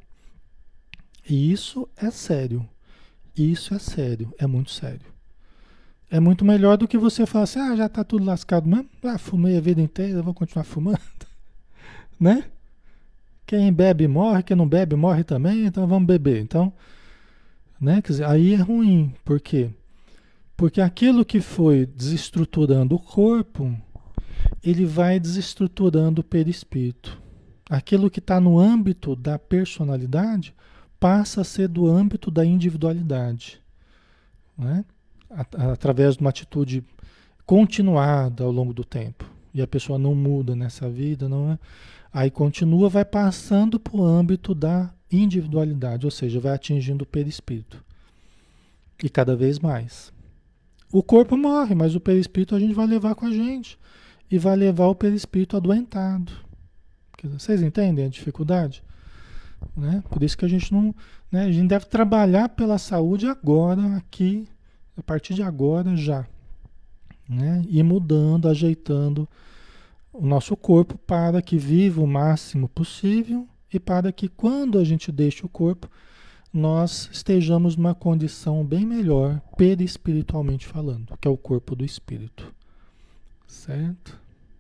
E isso é sério. Isso é sério, é muito sério. É muito melhor do que você falar assim, já está tudo lascado mesmo, fumei a vida inteira, vou continuar fumando, né? Quem bebe morre, quem não bebe morre também, então vamos beber. Então, né? Quer dizer, aí é ruim, por quê? Porque aquilo que foi desestruturando o corpo, ele vai desestruturando o perispírito. Aquilo que está no âmbito da personalidade passa a ser do âmbito da individualidade, né? Através de uma atitude continuada ao longo do tempo. E a pessoa não muda nessa vida, não é? Aí continua, vai passando para o âmbito da individualidade, ou seja, vai atingindo o perispírito. E cada vez mais. O corpo morre, mas o perispírito a gente vai levar com a gente. E vai levar o perispírito adoentado. Vocês entendem a dificuldade? Né? Por isso que a gente não, né? A gente deve trabalhar pela saúde agora, aqui, a partir de agora já, né? Ir mudando, ajeitando o nosso corpo para que viva o máximo possível e para que quando a gente deixe o corpo, nós estejamos numa condição bem melhor, perispiritualmente falando, que é o corpo do espírito. Certo?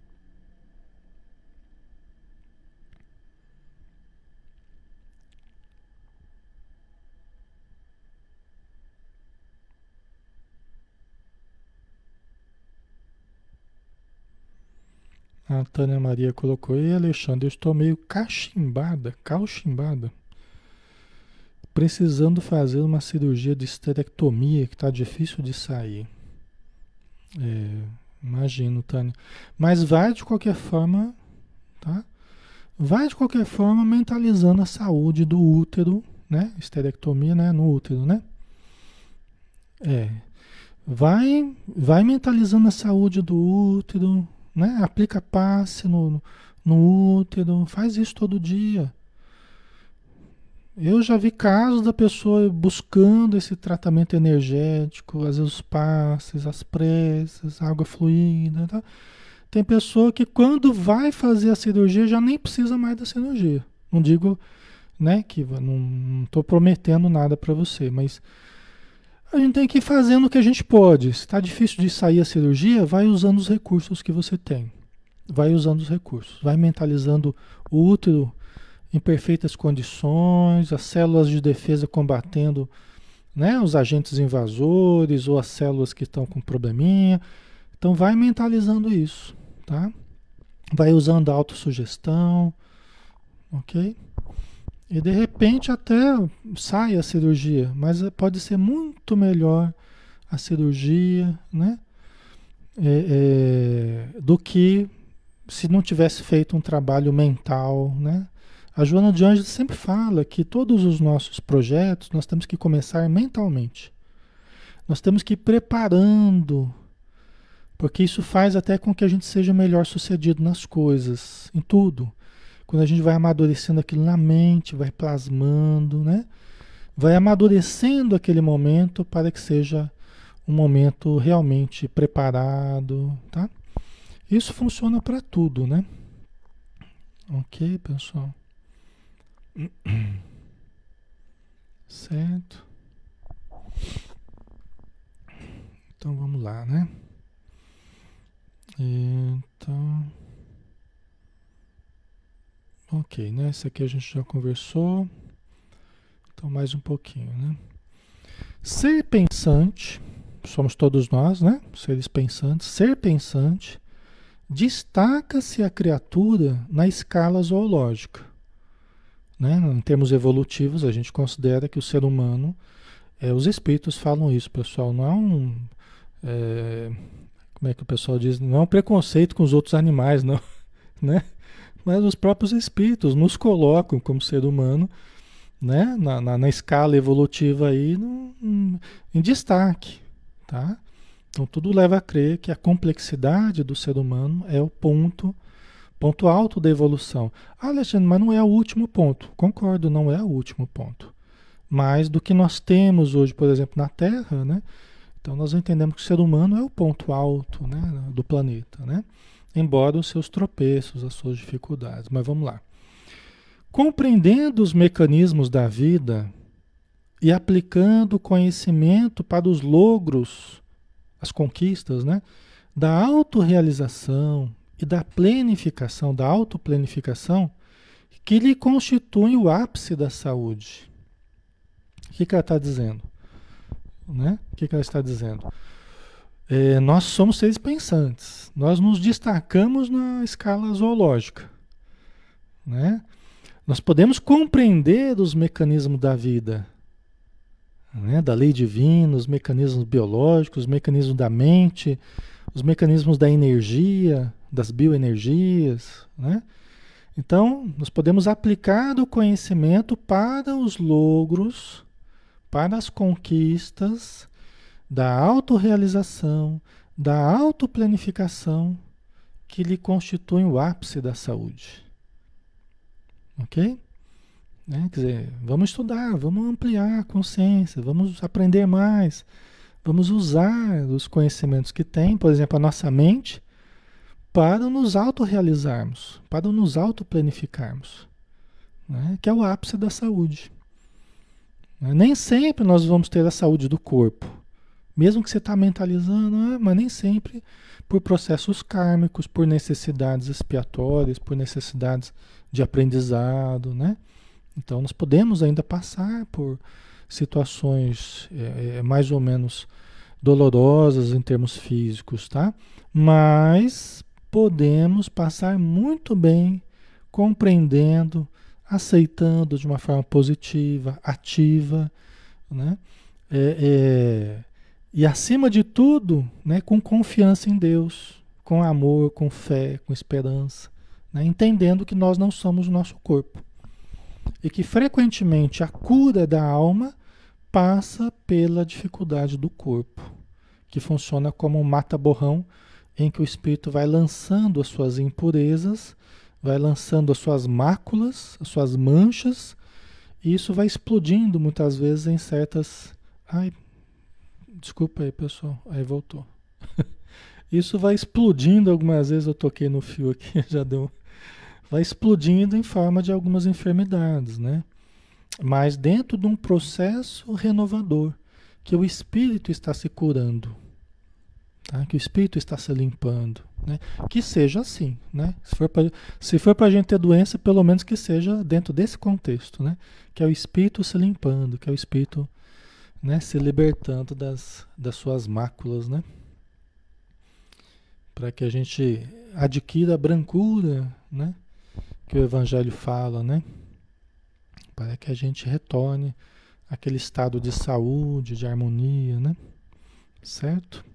A Tânia Maria colocou, e Alexandre, eu estou meio cauchimbada, precisando fazer uma cirurgia de esterectomia que está difícil de sair. Imagino, Tânia. Mas vai de qualquer forma, tá? Vai de qualquer forma mentalizando a saúde do útero, né? Esterectomia, né? No útero, né? É. Vai mentalizando a saúde do útero, né? Aplica passe no útero, faz isso todo dia. Eu já vi casos da pessoa buscando esse tratamento energético, às vezes os passes, as preces, água fluida, tá? Tem pessoa que quando vai fazer a cirurgia já nem precisa mais da cirurgia. Não digo, né, que não estou prometendo nada para você, mas a gente tem que ir fazendo o que a gente pode. Se está difícil de sair a cirurgia, vai usando os recursos que você tem. Vai usando os recursos. Vai mentalizando o útero em perfeitas condições, as células de defesa combatendo, né, os agentes invasores ou as células que estão com probleminha. Então vai mentalizando isso, tá? Vai usando a autossugestão, ok? E de repente até sai a cirurgia, mas pode ser muito melhor a cirurgia, né? Do que se não tivesse feito um trabalho mental, né? A Joana de Ângeles sempre fala que todos os nossos projetos nós temos que começar mentalmente. Nós temos que ir preparando, porque isso faz até com que a gente seja melhor sucedido nas coisas, em tudo. Quando a gente vai amadurecendo aquilo na mente, vai plasmando, né? Vai amadurecendo aquele momento para que seja um momento realmente preparado, tá? Isso funciona para tudo, né? Ok, pessoal? Certo? Então vamos lá, né? Então, ok, né? Esse aqui a gente já conversou. Então mais um pouquinho, né? Ser pensante, somos todos nós, né? Seres pensantes. Ser pensante destaca-se a criatura na escala zoológica, né? Em termos evolutivos, a gente considera que o ser humano, os espíritos falam isso, pessoal, não é como é que o pessoal diz? Não é um preconceito com os outros animais, não, né? Mas os próprios espíritos nos colocam como ser humano, né? Na escala evolutiva aí, em destaque, tá? Então tudo leva a crer que a complexidade do ser humano é o ponto alto da evolução. Ah, Alexandre, mas não é o último ponto. Concordo, não é o último ponto. Mas do que nós temos hoje, por exemplo, na Terra, né? Então nós entendemos que o ser humano é o ponto alto, né, do planeta, né? Embora os seus tropeços, as suas dificuldades. Mas vamos lá. Compreendendo os mecanismos da vida e aplicando o conhecimento para os logros, as conquistas, né, da autorrealização e da planificação, da autoplanificação, que lhe constitui o ápice da saúde. O que ela está dizendo? Né? O que ela está dizendo? Nós somos seres pensantes, nós nos destacamos na escala zoológica, né? Nós podemos compreender os mecanismos da vida, né? Da lei divina, os mecanismos biológicos, os mecanismos da mente, os mecanismos da energia, das bioenergias, né? Então, nós podemos aplicar o conhecimento para os logros, para as conquistas da autorrealização, da autoplanificação, que lhe constituem o ápice da saúde. ok? Né? Quer dizer, vamos estudar, vamos ampliar a consciência, vamos aprender mais, vamos usar os conhecimentos que tem, por exemplo, a nossa mente, para nos autorrealizarmos, para nos autoplanificarmos, né? Que é o ápice da saúde. Né? Nem sempre nós vamos ter a saúde do corpo, mesmo que você está mentalizando, mas nem sempre por processos kármicos, por necessidades expiatórias, por necessidades de aprendizado, né? Então nós podemos ainda passar por situações mais ou menos dolorosas em termos físicos, tá? Mas podemos passar muito bem compreendendo, aceitando de uma forma positiva, ativa, né? É, é, e acima de tudo, né, com confiança em Deus, com amor, com fé, com esperança, né? Entendendo que nós não somos o nosso corpo. E que frequentemente a cura da alma passa pela dificuldade do corpo, que funciona como um mata-borrão em que o espírito vai lançando as suas impurezas, vai lançando as suas máculas, as suas manchas, e isso vai explodindo muitas vezes em certas... Ai, desculpa aí, pessoal. Aí voltou. Isso vai explodindo algumas vezes, eu toquei no fio aqui, já deu... Vai explodindo em forma de algumas enfermidades, né? Mas dentro de um processo renovador, que o espírito está se curando, tá? Que o espírito está se limpando, né? Que seja assim, né? Se for para a gente ter doença, pelo menos que seja dentro desse contexto, né? Que é o espírito se limpando, que é o espírito, né, se libertando das suas máculas, né? Para que a gente adquira a brancura, né? Que o Evangelho fala, né? Para que a gente retorne àquele estado de saúde, de harmonia, né? Certo?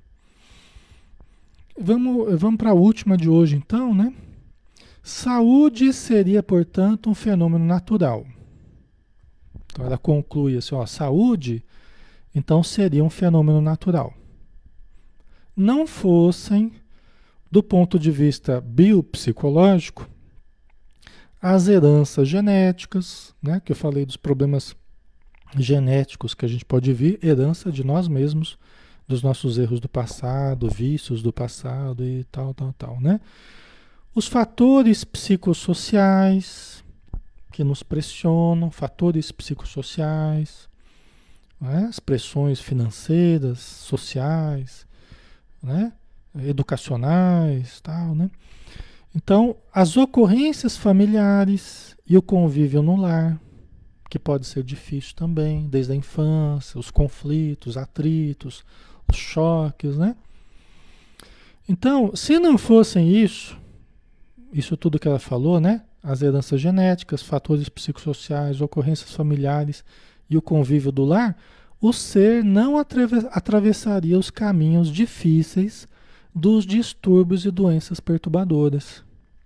Vamos para a última de hoje, então, né? Saúde seria, portanto, um fenômeno natural. Então ela conclui assim, ó, saúde, então seria um fenômeno natural. Não fossem, do ponto de vista biopsicológico, as heranças genéticas, né, que eu falei dos problemas genéticos que a gente pode vir, herança de nós mesmos, dos nossos erros do passado, vícios do passado e tal, né? Os fatores psicossociais que nos pressionam, fatores psicossociais, né? As pressões financeiras, sociais, né? Educacionais, tal, né? Então, as ocorrências familiares e o convívio no lar, que pode ser difícil também, desde a infância, os conflitos, atritos, os choques, né? Então, se não fossem isso tudo que ela falou, né? As heranças genéticas, fatores psicossociais, ocorrências familiares e o convívio do lar, o ser não atravessaria os caminhos difíceis dos distúrbios e doenças perturbadoras.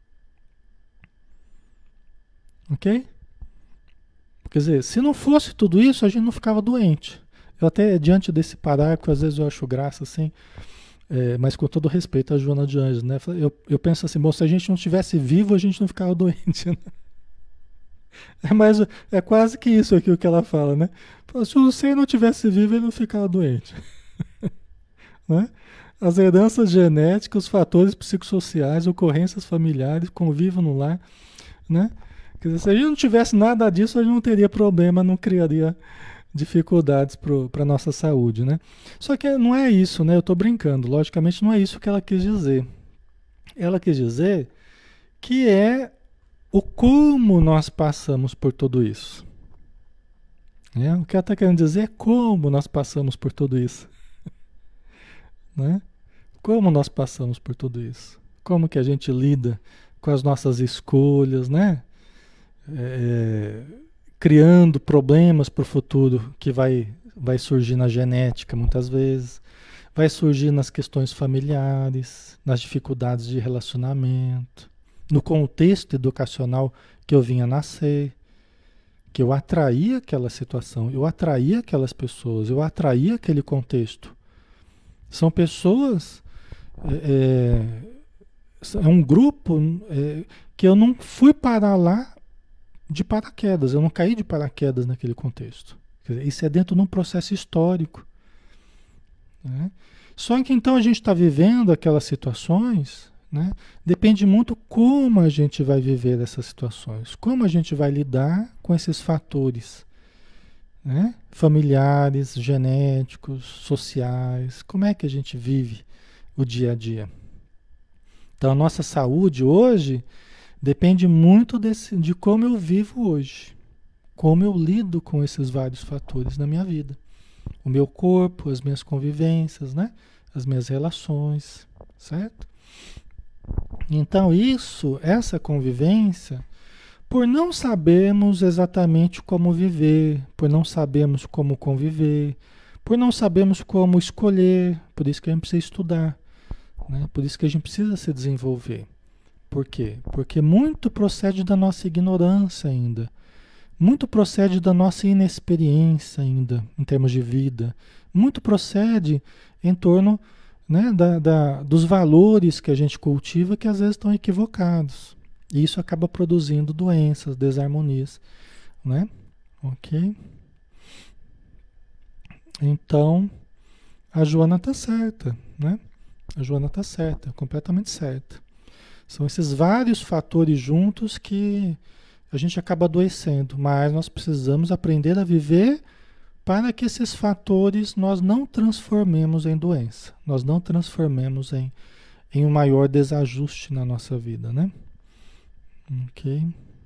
Ok? Quer dizer, se não fosse tudo isso, a gente não ficava doente. Eu até, diante desse parágrafo, às vezes eu acho graça, assim, mas com todo respeito à Joana de Anjos, né? Eu penso assim, bom, se a gente não estivesse vivo, a gente não ficava doente, né? É quase que isso aqui o que ela fala, né? Se o ser não tivesse vivo, ele não ficava doente. Né? As heranças genéticas, os fatores psicossociais, ocorrências familiares, convívio no lar, né? Quer dizer, se a gente não tivesse nada disso, a gente não teria problema, não criaria dificuldades para a nossa saúde, né? Só que não é isso, né? Eu estou brincando, logicamente não é isso que ela quis dizer. Ela quis dizer que é o como nós passamos por tudo isso. Né? O que ela está querendo dizer é como nós passamos por tudo isso. Né? Como nós passamos por tudo isso? Como que a gente lida com as nossas escolhas, né? Criando problemas para o futuro que vai surgir na genética muitas vezes, vai surgir nas questões familiares, nas dificuldades de relacionamento, no contexto educacional que eu vinha nascer, que eu atraía aquela situação, eu atraía aquelas pessoas, eu atraía aquele contexto. São pessoas, é um grupo que eu não fui parar lá de paraquedas, eu não caí de paraquedas naquele contexto. Quer dizer, isso é dentro de um processo histórico, né? Só que então a gente está vivendo aquelas situações, né? Depende muito como a gente vai viver essas situações, como a gente vai lidar com esses fatores, né? Familiares, genéticos, sociais, como é que a gente vive o dia a dia. Então a nossa saúde hoje depende muito de como eu vivo hoje, como eu lido com esses vários fatores na minha vida. O meu corpo, as minhas convivências, né? As minhas relações, certo? Então essa convivência, por não sabermos exatamente como viver, por não sabermos como conviver, por não sabermos como escolher, por isso que a gente precisa estudar, né? Por isso que a gente precisa se desenvolver. Por quê? Porque muito procede da nossa ignorância ainda. Muito procede da nossa inexperiência ainda, em termos de vida. Muito procede em torno, né, dos valores que a gente cultiva que às vezes estão equivocados. E isso acaba produzindo doenças, desarmonias, né? Ok? Então, a Joana está certa, né? A Joana está certa, completamente certa. São esses vários fatores juntos que a gente acaba adoecendo, mas nós precisamos aprender a viver para que esses fatores nós não transformemos em doença, nós não transformemos em um maior desajuste na nossa vida, né? Ok.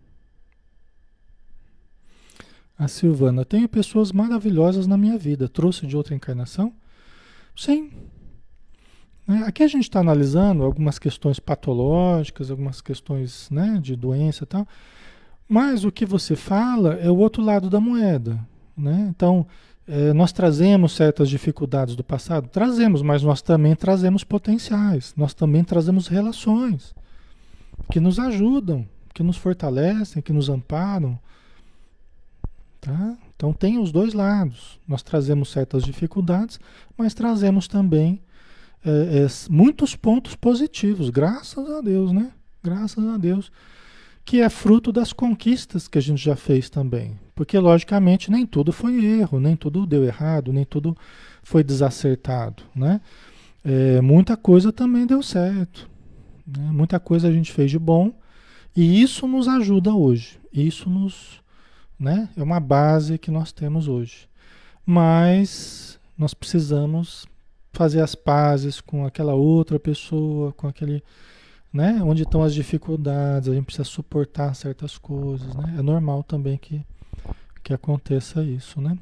A Silvana, tenho pessoas maravilhosas na minha vida, trouxe de outra encarnação? Sim. Né? Aqui a gente está analisando algumas questões patológicas, algumas questões, né, de doença e tal. Mas o que você fala é o outro lado da moeda, né? Então, nós trazemos certas dificuldades do passado? Trazemos, mas nós também trazemos potenciais, nós também trazemos relações que nos ajudam, que nos fortalecem, que nos amparam, tá? Então tem os dois lados. Nós trazemos certas dificuldades, mas trazemos também muitos pontos positivos, graças a Deus, né? Graças a Deus. Que é fruto das conquistas que a gente já fez também. Porque, logicamente, nem tudo foi erro, nem tudo deu errado, nem tudo foi desacertado, né? Muita coisa também deu certo, né? Muita coisa a gente fez de bom e isso nos ajuda hoje. Isso né, é uma base que nós temos hoje. Mas nós precisamos fazer as pazes com aquela outra pessoa, com aquele... né? Onde estão as dificuldades, a gente precisa suportar certas coisas, né? É normal também que aconteça isso, né?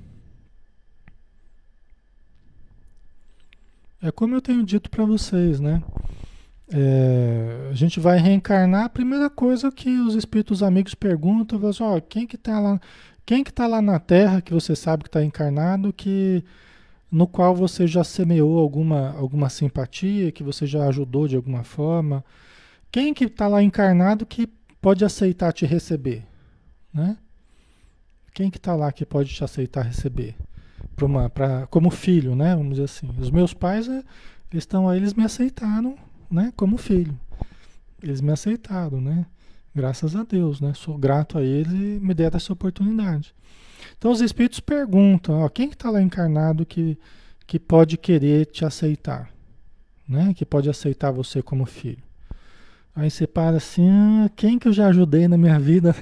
É como eu tenho dito para vocês, né? A gente vai reencarnar, a primeira coisa que os espíritos amigos perguntam, falam assim, ó, quem que tá lá na Terra que você sabe que está encarnado, no qual você já semeou alguma simpatia, que você já ajudou de alguma forma? Quem que está lá encarnado que pode aceitar te receber, né? Quem que está lá que pode te aceitar receber? Como filho, né? Vamos dizer assim. Os meus pais estão aí, eles me aceitaram, né? Como filho. Eles me aceitaram, né? Graças a Deus, né? Sou grato a eles e me deram essa oportunidade. Então os espíritos perguntam, ó, quem que está lá encarnado que pode querer te aceitar, né? Que pode aceitar você como filho? Aí você para assim, quem que eu já ajudei na minha vida?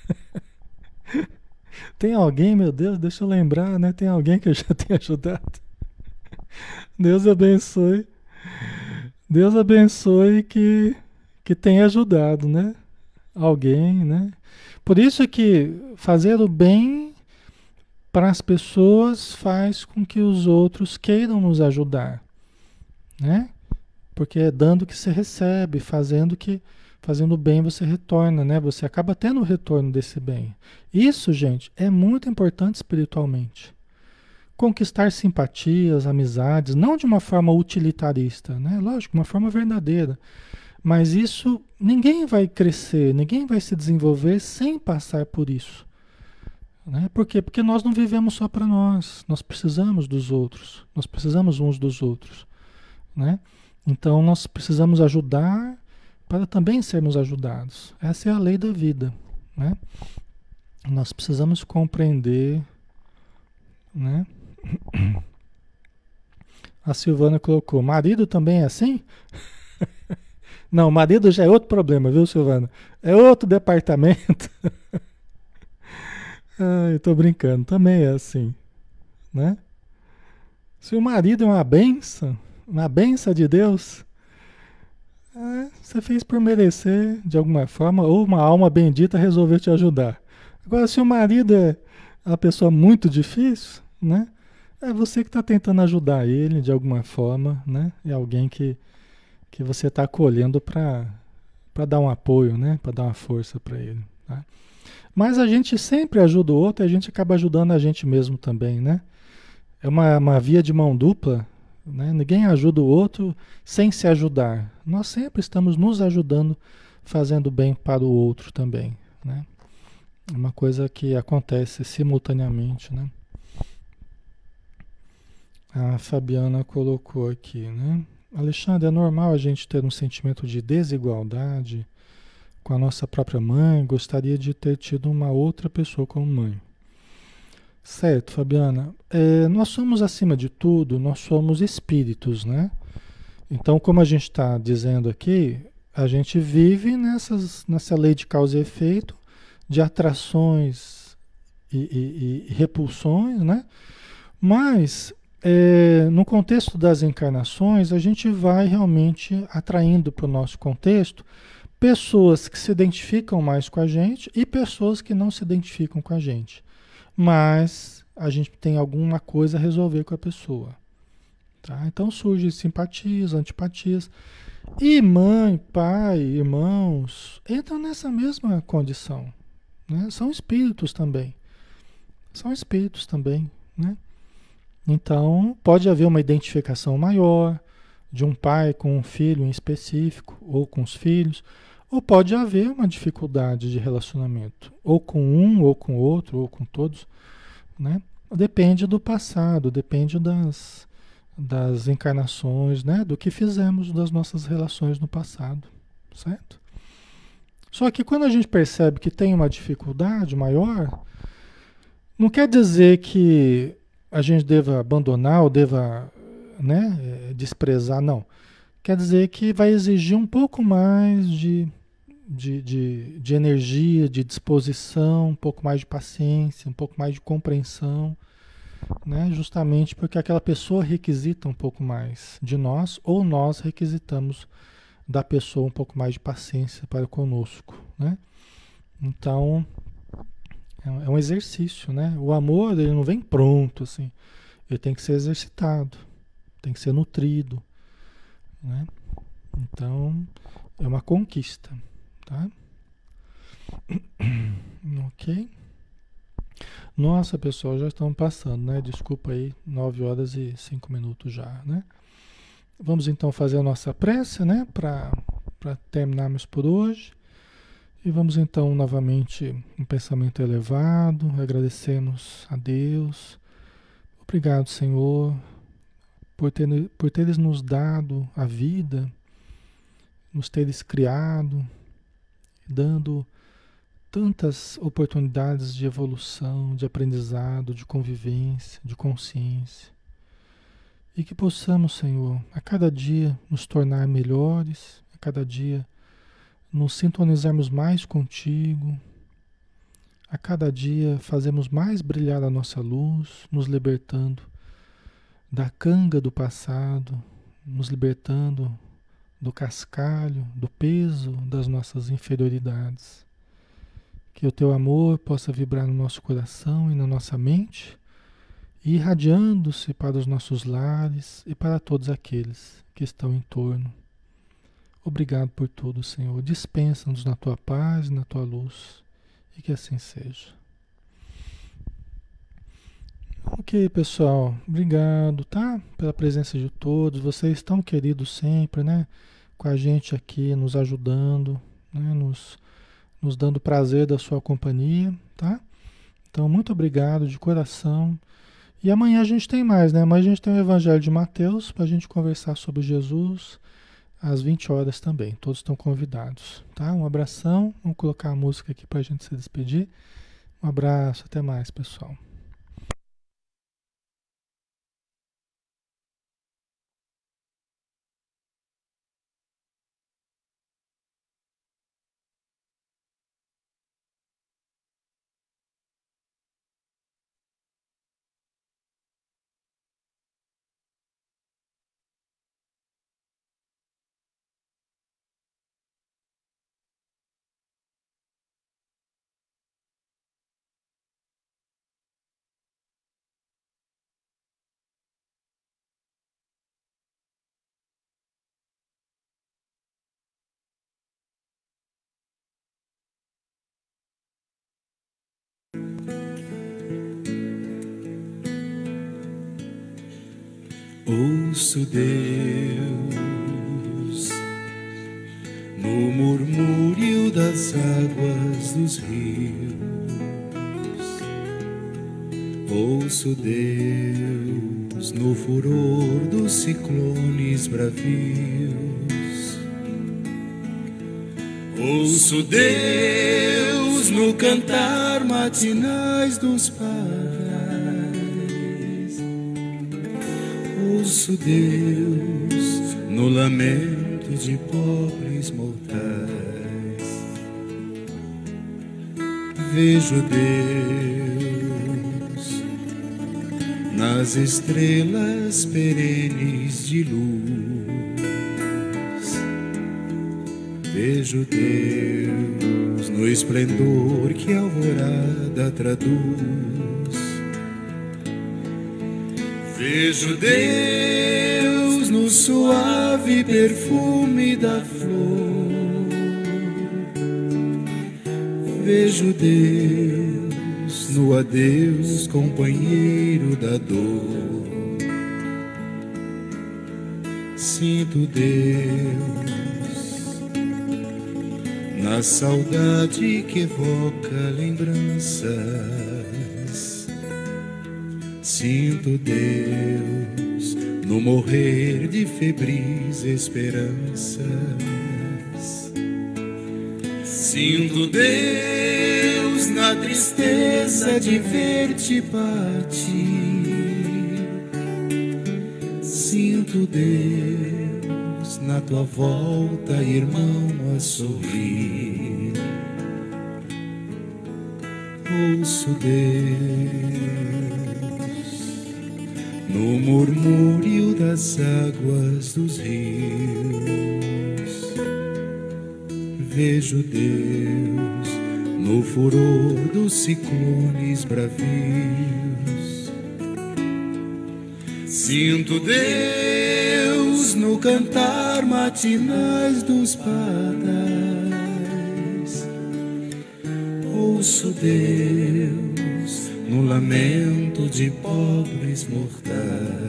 Tem alguém, meu Deus, deixa eu lembrar, né? Tem alguém que eu já tenho ajudado. Deus abençoe. Deus abençoe que tenha ajudado, né? Alguém, né? Por isso que fazer o bem para as pessoas faz com que os outros queiram nos ajudar, né? Porque é dando que se recebe, fazendo bem você retorna, né? Você acaba tendo o retorno desse bem. Isso, gente, é muito importante espiritualmente. Conquistar simpatias, amizades, não de uma forma utilitarista, né? Lógico, de uma forma verdadeira. Mas isso, ninguém vai crescer, ninguém vai se desenvolver sem passar por isso. Né? Por quê? Porque nós não vivemos só para nós precisamos dos outros, nós precisamos uns dos outros, né? Então nós precisamos ajudar para também sermos ajudados. Essa é a lei da vida, né? Nós precisamos compreender, né? A Silvana colocou, marido também é assim? Não, marido já é outro problema, viu, Silvana? É outro departamento. Ai, tô brincando, também é assim, né? Se o marido é uma benção de Deus, você fez por merecer de alguma forma, ou uma alma bendita resolveu te ajudar. Agora, se o marido é uma pessoa muito difícil, né? É você que está tentando ajudar ele de alguma forma, né? É alguém que você está acolhendo para dar um apoio, né? Para dar uma força para ele, tá? Mas a gente sempre ajuda o outro e a gente acaba ajudando a gente mesmo também, né? É uma via de mão dupla, né? Ninguém ajuda o outro sem se ajudar. Nós sempre estamos nos ajudando, fazendo bem para o outro também, né? É uma coisa que acontece simultaneamente, né? A Fabiana colocou aqui, né? Alexandre, é normal a gente ter um sentimento de desigualdade com a nossa própria mãe? Gostaria de ter tido uma outra pessoa como mãe. Certo, Fabiana. Nós somos, acima de tudo, nós somos espíritos, né? Então, como a gente está dizendo aqui, a gente vive nessa lei de causa e efeito, de atrações e repulsões, né? Mas, no contexto das encarnações, a gente vai realmente atraindo para o nosso contexto pessoas que se identificam mais com a gente e pessoas que não se identificam com a gente. Mas a gente tem alguma coisa a resolver com a pessoa. Tá? Então surgem simpatias, antipatias. E mãe, pai, irmãos entram nessa mesma condição. Né? São espíritos também. São espíritos também. Né? Então pode haver uma identificação maior de um pai com um filho em específico, ou com os filhos, ou pode haver uma dificuldade de relacionamento, ou com um, ou com outro, ou com todos, né? Depende do passado, depende das encarnações, né? Do que fizemos das nossas relações no passado, certo? Só que quando a gente percebe que tem uma dificuldade maior, não quer dizer que a gente deva abandonar ou deva, né, desprezar, não. Quer dizer que vai exigir um pouco mais de energia, de disposição, um pouco mais de paciência, um pouco mais de compreensão, né? Justamente porque aquela pessoa requisita um pouco mais de nós, ou nós requisitamos da pessoa um pouco mais de paciência para conosco, né? Então, é um exercício, né? O amor, ele não vem pronto, assim. Ele tem que ser exercitado, tem que ser nutrido, né? Então, é uma conquista, tá? Ok? Nossa, pessoal, já estamos passando, né? Desculpa aí, 9 horas e 5 minutos já, né? Vamos então fazer a nossa prece, né? Para terminarmos por hoje. E vamos então novamente um pensamento elevado, agradecemos a Deus. Obrigado, Senhor, por teres nos dado a vida, nos teres criado, dando tantas oportunidades de evolução, de aprendizado, de convivência, de consciência. E que possamos, Senhor, a cada dia nos tornar melhores, a cada dia nos sintonizarmos mais contigo, a cada dia fazemos mais brilhar a nossa luz, nos libertando da canga do passado, nos libertando do cascalho, do peso das nossas inferioridades. Que o teu amor possa vibrar no nosso coração e na nossa mente, e irradiando-se para os nossos lares e para todos aqueles que estão em torno. Obrigado por tudo, Senhor. Dispensa-nos na tua paz e na tua luz, e que assim seja. Ok, pessoal. Obrigado, tá? Pela presença de todos. Vocês estão queridos sempre, né? Com a gente aqui, nos ajudando, né? Nos dando prazer da sua companhia, tá? Então, muito obrigado de coração. E amanhã a gente tem mais, né? Amanhã a gente tem o Evangelho de Mateus para a gente conversar sobre Jesus às 20 horas também. Todos estão convidados, tá? Um abração. Vamos colocar a música aqui para a gente se despedir. Um abraço, até mais, pessoal. Ouço Deus no murmúrio das águas dos rios. Ouço Deus no furor dos ciclones bravios. Ouço Deus no cantar matinais dos pardais. Ouço Deus no lamento de pobres mortais. Vejo Deus nas estrelas perenes de luz. Vejo Deus no esplendor que a alvorada traduz. Vejo Deus no suave perfume da flor. Vejo Deus no adeus, companheiro da dor. Sinto Deus na saudade que evoca lembranças. Sinto Deus no morrer de febris esperanças. Sinto Deus na tristeza de ver-te partir. Sinto Deus na tua volta, irmão, a sorrir. Ouço Deus no murmúrio das águas dos rios. Vejo Deus no furor dos ciclones bravios. Sinto Deus no cantar matinais dos pardais. Ouço Deus no lamento de pobres mortais.